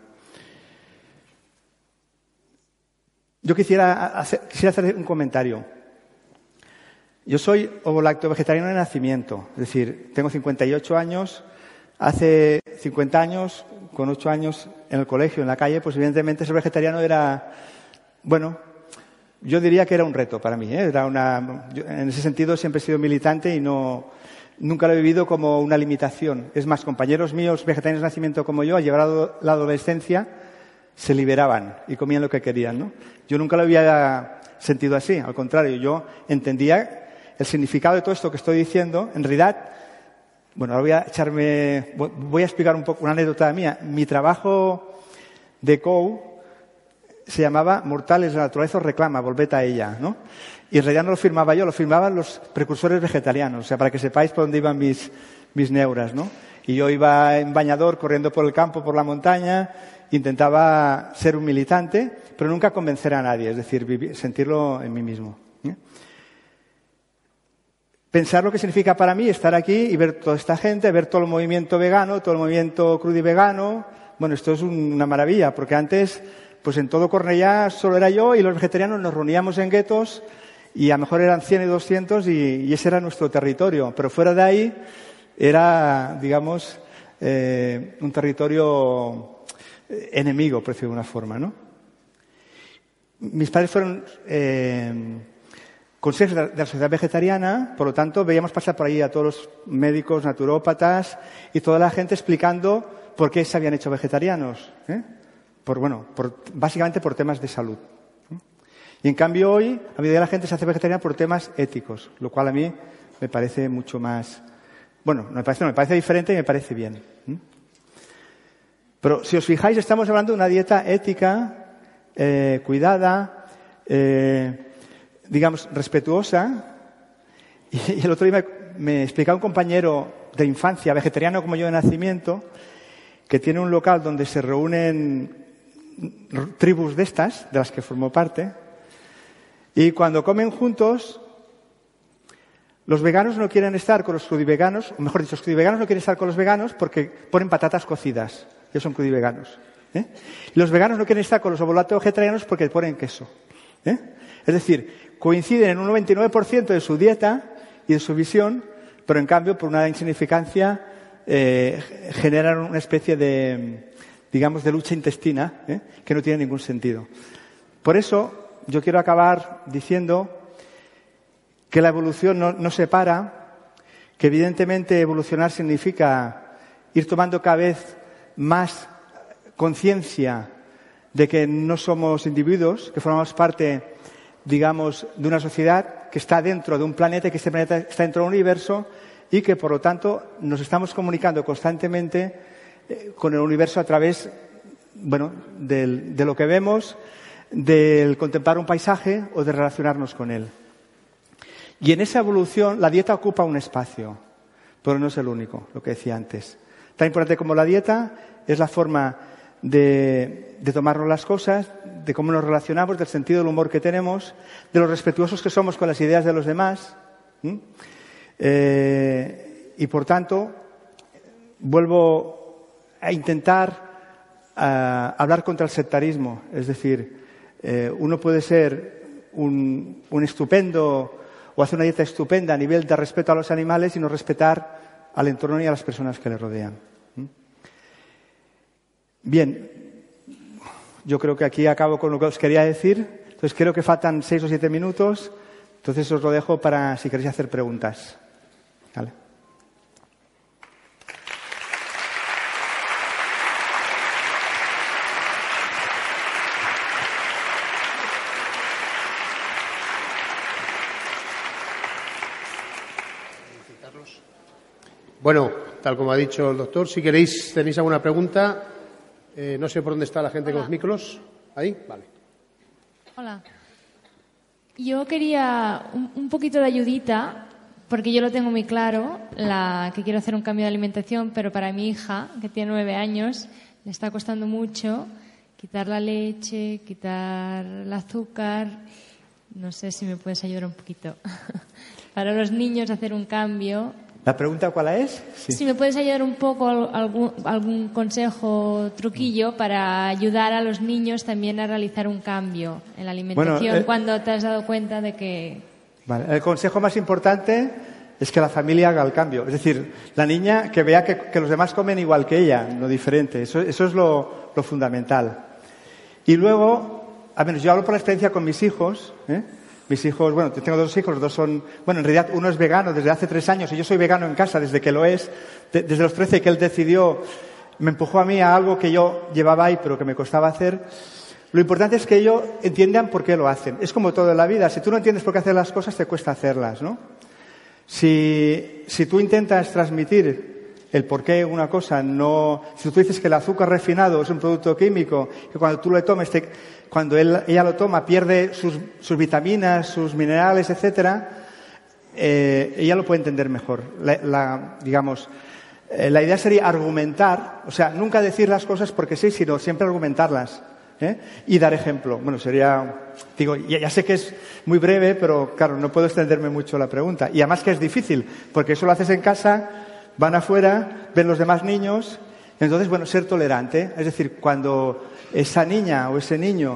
Yo quisiera hacer un comentario. Yo soy ovo-lacto-vegetariano de nacimiento, es decir, tengo 58 años, hace 50 años, con 8 años en el colegio, en la calle, pues evidentemente ser vegetariano era, bueno, yo diría que era un reto para mí, ¿eh? Yo, en ese sentido siempre he sido militante y nunca lo he vivido como una limitación. Es más, compañeros míos vegetarianos de nacimiento como yo, al llegar la adolescencia, se liberaban y comían lo que querían, ¿no? Yo nunca lo había sentido así, al contrario, yo entendía el significado de todo esto que estoy diciendo. En realidad, bueno, ahora voy a explicar un poco una anécdota mía. Mi trabajo de COU se llamaba Mortales, la naturaleza os reclama, volved a ella, ¿no? Y en realidad no lo firmaba yo, lo firmaban los precursores vegetarianos, o sea, para que sepáis por dónde iban mis neuras, ¿no? Y yo iba en bañador, corriendo por el campo, por la montaña, intentaba ser un militante, pero nunca convencer a nadie, es decir, sentirlo en mí mismo, ¿eh? Pensar lo que significa para mí estar aquí y ver toda esta gente, ver todo el movimiento vegano, todo el movimiento crudivegano. Bueno, esto es una maravilla, porque antes, pues en todo Cornellá solo era yo y los vegetarianos nos reuníamos en guetos y a lo mejor eran 100 y 200 y ese era nuestro territorio. Pero fuera de ahí era, digamos, un territorio enemigo, por decirlo de una forma, ¿no? Mis padres fueron consejos de la Sociedad Vegetariana, por lo tanto, veíamos pasar por ahí a todos los médicos, naturópatas y toda la gente explicando por qué se habían hecho vegetarianos, ¿eh? Básicamente por temas de salud. Y en cambio hoy, la mayoría de la gente se hace vegetariana por temas éticos, lo cual a mí me parece mucho más, me parece diferente y me parece bien. Pero si os fijáis, estamos hablando de una dieta ética, cuidada, digamos, respetuosa. Y el otro día me explicaba un compañero de infancia, vegetariano como yo de nacimiento, que tiene un local donde se reúnen tribus de estas, de las que formó parte, y cuando comen juntos, los veganos no quieren estar con los crudiveganos, o mejor dicho, los crudiveganos no quieren estar con los veganos porque ponen patatas cocidas. Ellos son crudiveganos, ¿eh? Y los veganos no quieren estar con los ovo-lacto-vegetarianos porque ponen queso, ¿eh? Es decir, coinciden en un 99% de su dieta y de su visión, pero en cambio, por una insignificancia, generan una especie de, digamos, de lucha intestina, que no tiene ningún sentido. Por eso, yo quiero acabar diciendo que la evolución no se para, que evidentemente evolucionar significa ir tomando cada vez más conciencia de que no somos individuos, que formamos parte, digamos, de una sociedad que está dentro de un planeta y que este planeta está dentro de un universo y que, por lo tanto, nos estamos comunicando constantemente con el universo a través, de lo que vemos, del contemplar un paisaje o de relacionarnos con él. Y en esa evolución la dieta ocupa un espacio, pero no es el único, lo que decía antes. Tan importante como la dieta es la forma de tomarnos las cosas, de cómo nos relacionamos, del sentido del humor que tenemos, de los respetuosos que somos con las ideas de los demás. Y por tanto, vuelvo a intentar hablar contra el sectarismo. Es decir, uno puede ser un estupendo o hacer una dieta estupenda a nivel de respeto a los animales y no respetar al entorno y a las personas que le rodean. Bien, yo creo que aquí acabo con lo que os quería decir. Entonces creo que faltan 6 o 7 minutos. Entonces os lo dejo para si queréis hacer preguntas. ¿Vale? Bueno, tal como ha dicho el doctor, si tenéis alguna pregunta, no sé por dónde está la gente. Hola. Con los micros. ¿Ahí? Vale. Hola. Yo quería un poquito de ayudita, porque yo lo tengo muy claro, que quiero hacer un cambio de alimentación, pero para mi hija, que tiene 9 años, le está costando mucho quitar la leche, quitar el azúcar. No sé si me puedes ayudar un poquito. Para los niños hacer un cambio. ¿La pregunta cuál es? Sí. Si me puedes ayudar un poco, algún consejo, truquillo para ayudar a los niños también a realizar un cambio en la alimentación cuando te has dado cuenta de que... Vale. El consejo más importante es que la familia haga el cambio. Es decir, la niña que vea que los demás comen igual que ella, no diferente. Eso es lo fundamental. Y luego, a ver, yo hablo por la experiencia con mis hijos, ¿eh? Mis hijos, bueno, tengo 2 hijos, los 2 son... Bueno, en realidad uno es vegano desde hace 3 años y yo soy vegano en casa desde que lo es. Desde los 13 que él decidió, me empujó a mí a algo que yo llevaba ahí pero que me costaba hacer. Lo importante es que ellos entiendan por qué lo hacen. Es como todo en la vida. Si tú no entiendes por qué hacer las cosas, te cuesta hacerlas, ¿no? Si tú intentas transmitir el por qué una cosa no... Si tú dices que el azúcar refinado es un producto químico, que cuando tú lo tomes, cuando ella lo toma, pierde sus vitaminas, sus minerales, etcétera, ella lo puede entender mejor. La idea sería argumentar, o sea, nunca decir las cosas porque sí, sino siempre argumentarlas. Y dar ejemplo. Bueno, digo, ya sé que es muy breve, pero claro, no puedo extenderme mucho la pregunta. Y además que es difícil, porque eso lo haces en casa, van afuera, ven los demás niños, entonces, bueno, ser tolerante. Es decir, cuando esa niña o ese niño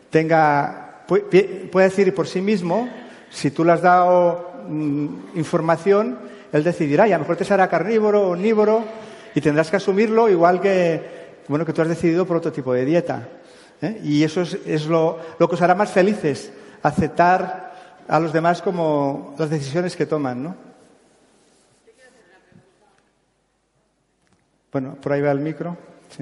puede decir por sí mismo, si tú le has dado información, él decidirá, y a lo mejor te será carnívoro o omnívoro, y tendrás que asumirlo, igual que tú has decidido por otro tipo de dieta. Y eso es lo que os hará más felices, aceptar a los demás como las decisiones que toman, ¿no? Bueno, por ahí va el micro. Sí.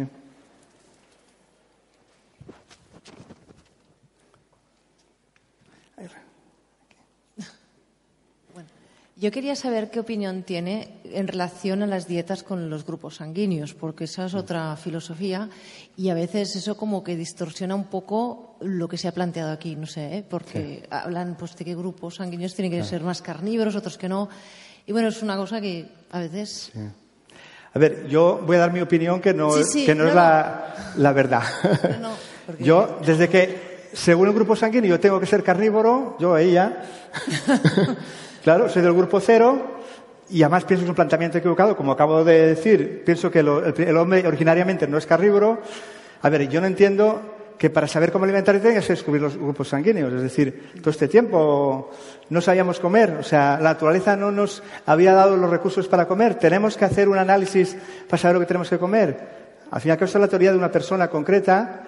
Yo quería saber qué opinión tiene en relación a las dietas con los grupos sanguíneos, porque esa es otra filosofía y a veces eso como que distorsiona un poco lo que se ha planteado aquí, no sé, porque hablan pues de qué grupos sanguíneos tienen que ser más carnívoros, otros que no. Y bueno, es una cosa que a veces... Sí. A ver, yo voy a dar mi opinión que no es la verdad. Porque... Yo, desde que, según el grupo sanguíneo, yo tengo que ser carnívoro, ella... Claro, soy del grupo 0 y además pienso que es un planteamiento equivocado. Como acabo de decir, pienso que el hombre originariamente no es carnívoro. A ver, yo no entiendo que para saber cómo alimentarte tengas que descubrir los grupos sanguíneos. Es decir, todo este tiempo no sabíamos comer. O sea, la naturaleza no nos había dado los recursos para comer. Tenemos que hacer un análisis para saber lo que tenemos que comer. Al fin y al cabo, esta es la teoría de una persona concreta.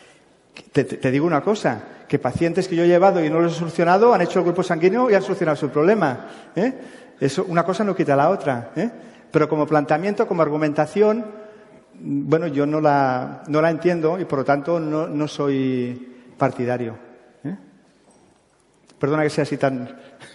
Te digo una cosa, que pacientes que yo he llevado y no los he solucionado han hecho el grupo sanguíneo y han solucionado su problema. Eso, una cosa no quita la otra. Pero como planteamiento, como argumentación, bueno, yo no la entiendo y por lo tanto no soy partidario. Perdona que sea así tan...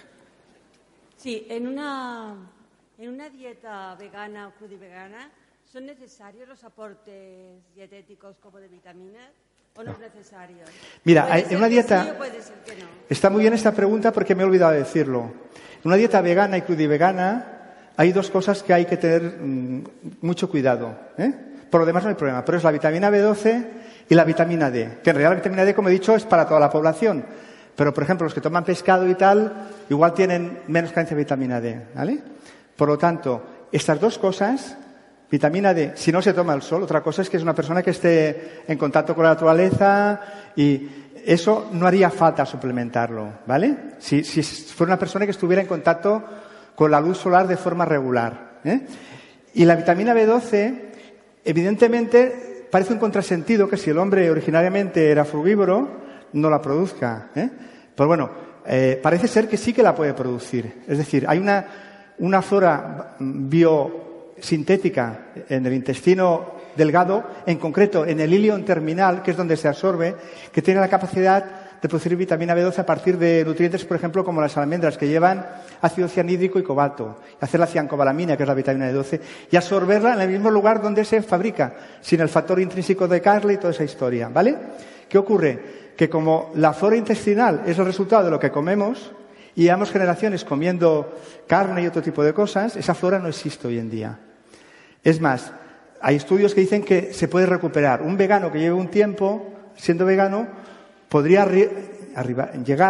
Sí, en una dieta vegana o crudivegana, ¿son necesarios los aportes dietéticos como de vitaminas? ¿O no es necesario? Mira, en una dieta... Sí, puede ser que no. Está muy bien esta pregunta porque me he olvidado de decirlo. En una dieta vegana y crudivegana hay 2 cosas que hay que tener mucho cuidado. Por lo demás no hay problema, pero es la vitamina B12 y la vitamina D. Que en realidad la vitamina D, como he dicho, es para toda la población. Pero, por ejemplo, los que toman pescado y tal, igual tienen menos carencia de vitamina D. ¿Vale? Por lo tanto, estas 2 cosas... Vitamina D, si no se toma el sol, otra cosa es que es una persona que esté en contacto con la naturaleza y eso no haría falta suplementarlo, ¿vale? Si fuera una persona que estuviera en contacto con la luz solar de forma regular. Y la vitamina B12, evidentemente, parece un contrasentido que si el hombre originariamente era frugívoro, no la produzca. Pero bueno, parece ser que sí que la puede producir. Es decir, hay una flora biosintética en el intestino delgado, en concreto en el ilion terminal, que es donde se absorbe, que tiene la capacidad de producir vitamina B12 a partir de nutrientes, por ejemplo, como las almendras, que llevan ácido cianhídrico y cobalto, y hacer la ciancobalamina, que es la vitamina B12, y absorberla en el mismo lugar donde se fabrica, sin el factor intrínseco de Carle y toda esa historia, ¿vale? ¿Qué ocurre? Que como la flora intestinal es el resultado de lo que comemos, y llevamos generaciones comiendo carne y otro tipo de cosas, esa flora no existe hoy en día. Es más, hay estudios que dicen que se puede recuperar. Un vegano que lleve un tiempo siendo vegano podría llegar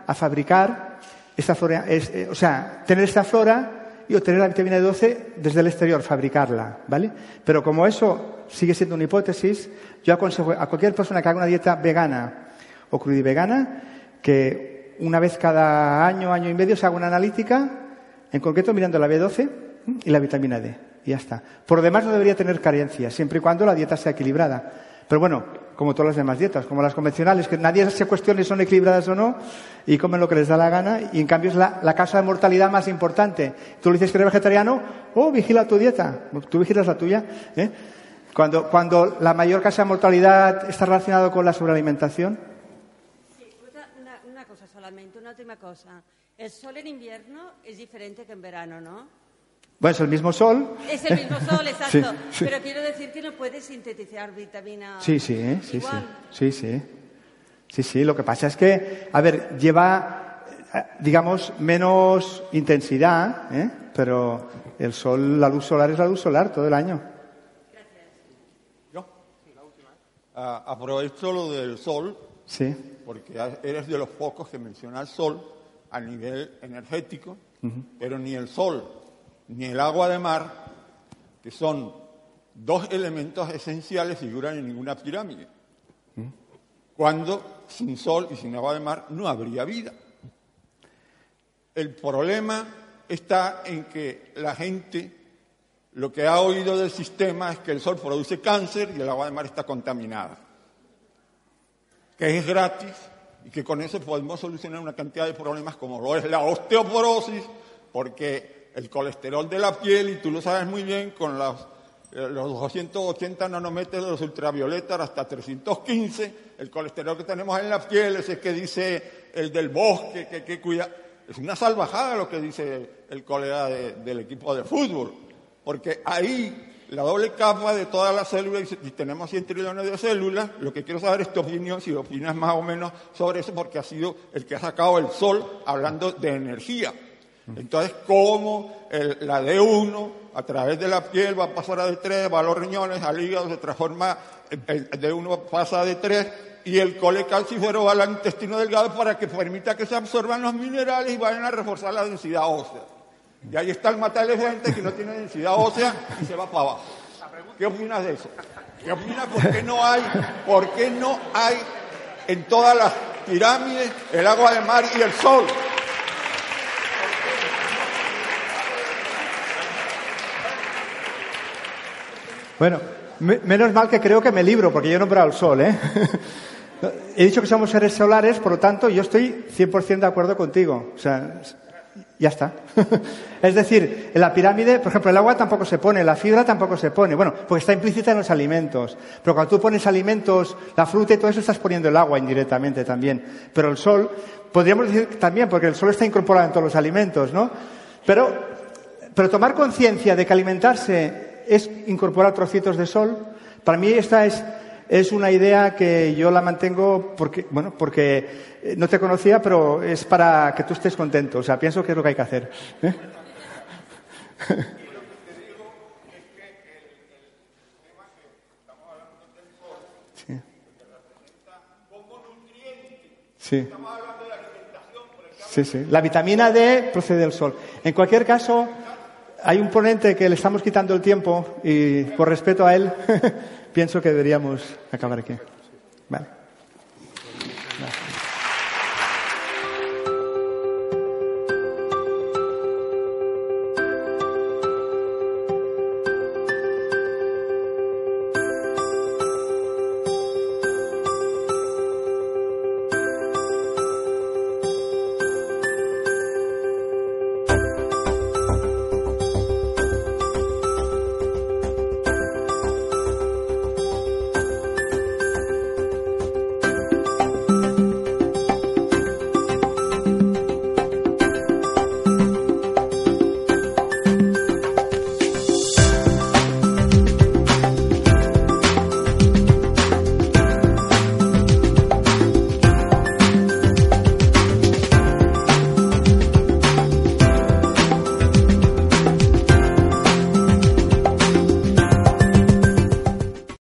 a fabricar esta flora, tener esta flora y obtener la vitamina D12 desde el exterior, fabricarla, ¿vale? Pero como eso sigue siendo una hipótesis, yo aconsejo a cualquier persona que haga una dieta vegana o crudivegana que una vez cada año, año y medio se haga una analítica, en concreto mirando la B12 y la vitamina D. Y ya está. Por lo demás no debería tener carencias, siempre y cuando la dieta sea equilibrada. Pero bueno, como todas las demás dietas, como las convencionales, que nadie se cuestione si son equilibradas o no, y comen lo que les da la gana, y en cambio es la causa de mortalidad más importante. Tú le dices que eres vegetariano, vigila tu dieta, tú vigilas la tuya, ¿eh? Cuando la mayor causa de mortalidad está relacionada con la sobrealimentación. Sí, una cosa solamente, una última cosa. El sol en invierno es diferente que en verano, ¿no? Bueno, es el mismo sol. Es el mismo sol, exacto. Sí. Pero quiero decir que no puede sintetizar vitamina. Sí. Lo que pasa es que, lleva, digamos, menos intensidad, ¿eh? Pero el sol, la luz solar es la luz solar todo el año. Gracias. ¿Yo? Sí, la última. Aprovecho lo del sol. Sí. Porque eres de los pocos que menciona el sol a nivel energético, pero ni el sol ni el agua de mar, que son dos elementos esenciales, figuran en ninguna pirámide. Cuando sin sol y sin agua de mar no habría vida. El problema está en que la gente lo que ha oído del sistema es que el sol produce cáncer y el agua de mar está contaminada, que es gratis y que con eso podemos solucionar una cantidad de problemas como lo es la osteoporosis, porque el colesterol de la piel, y tú lo sabes muy bien, con los 280 nanómetros de los ultravioletas hasta 315, el colesterol que tenemos en la piel, ese que dice el del bosque, que cuida, es una salvajada lo que dice el colega del equipo de fútbol, porque ahí la doble capa de todas las células, y tenemos 100 trillones de células, lo que quiero saber es tu opinión, si opinas más o menos sobre eso, porque ha sido el que ha sacado el sol hablando de energía. Entonces, ¿cómo la D1 a través de la piel va a pasar a D3, va a los riñones, al hígado, se transforma, el D1 pasa a D3 y el colecalcífero va al intestino delgado para que permita que se absorban los minerales y vayan a reforzar la densidad ósea? Y ahí está el mata elefante que no tiene densidad ósea y se va para abajo. ¿Qué opinas de eso? ¿Qué opinas? ¿Por qué no hay en todas las pirámides el agua de mar y el sol? Bueno, menos mal que creo que me libro, porque yo he nombrado el sol, ¿eh? He dicho que somos seres solares, por lo tanto, yo estoy 100% de acuerdo contigo. O sea, ya está. Es decir, en la pirámide, por ejemplo, el agua tampoco se pone, la fibra tampoco se pone. Bueno, porque está implícita en los alimentos. Pero cuando tú pones alimentos, la fruta y todo eso, estás poniendo el agua indirectamente también. Pero el sol, podríamos decir también, porque el sol está incorporado en todos los alimentos, ¿no? Pero tomar conciencia de que alimentarse es incorporar trocitos de sol, para mí esta es una idea que yo la mantengo porque no te conocía, pero es para que tú estés contento. O sea, pienso que es lo que hay que hacer. ¿Eh? Y lo que te digo es que el tema que estamos hablando del sol, sí, que representa como nutriente. Sí. Estamos hablando de alimentación, por ejemplo. Sí. La vitamina D procede del sol. En cualquier caso, hay un ponente que le estamos quitando el tiempo y por respeto a él pienso que deberíamos acabar aquí. Vale.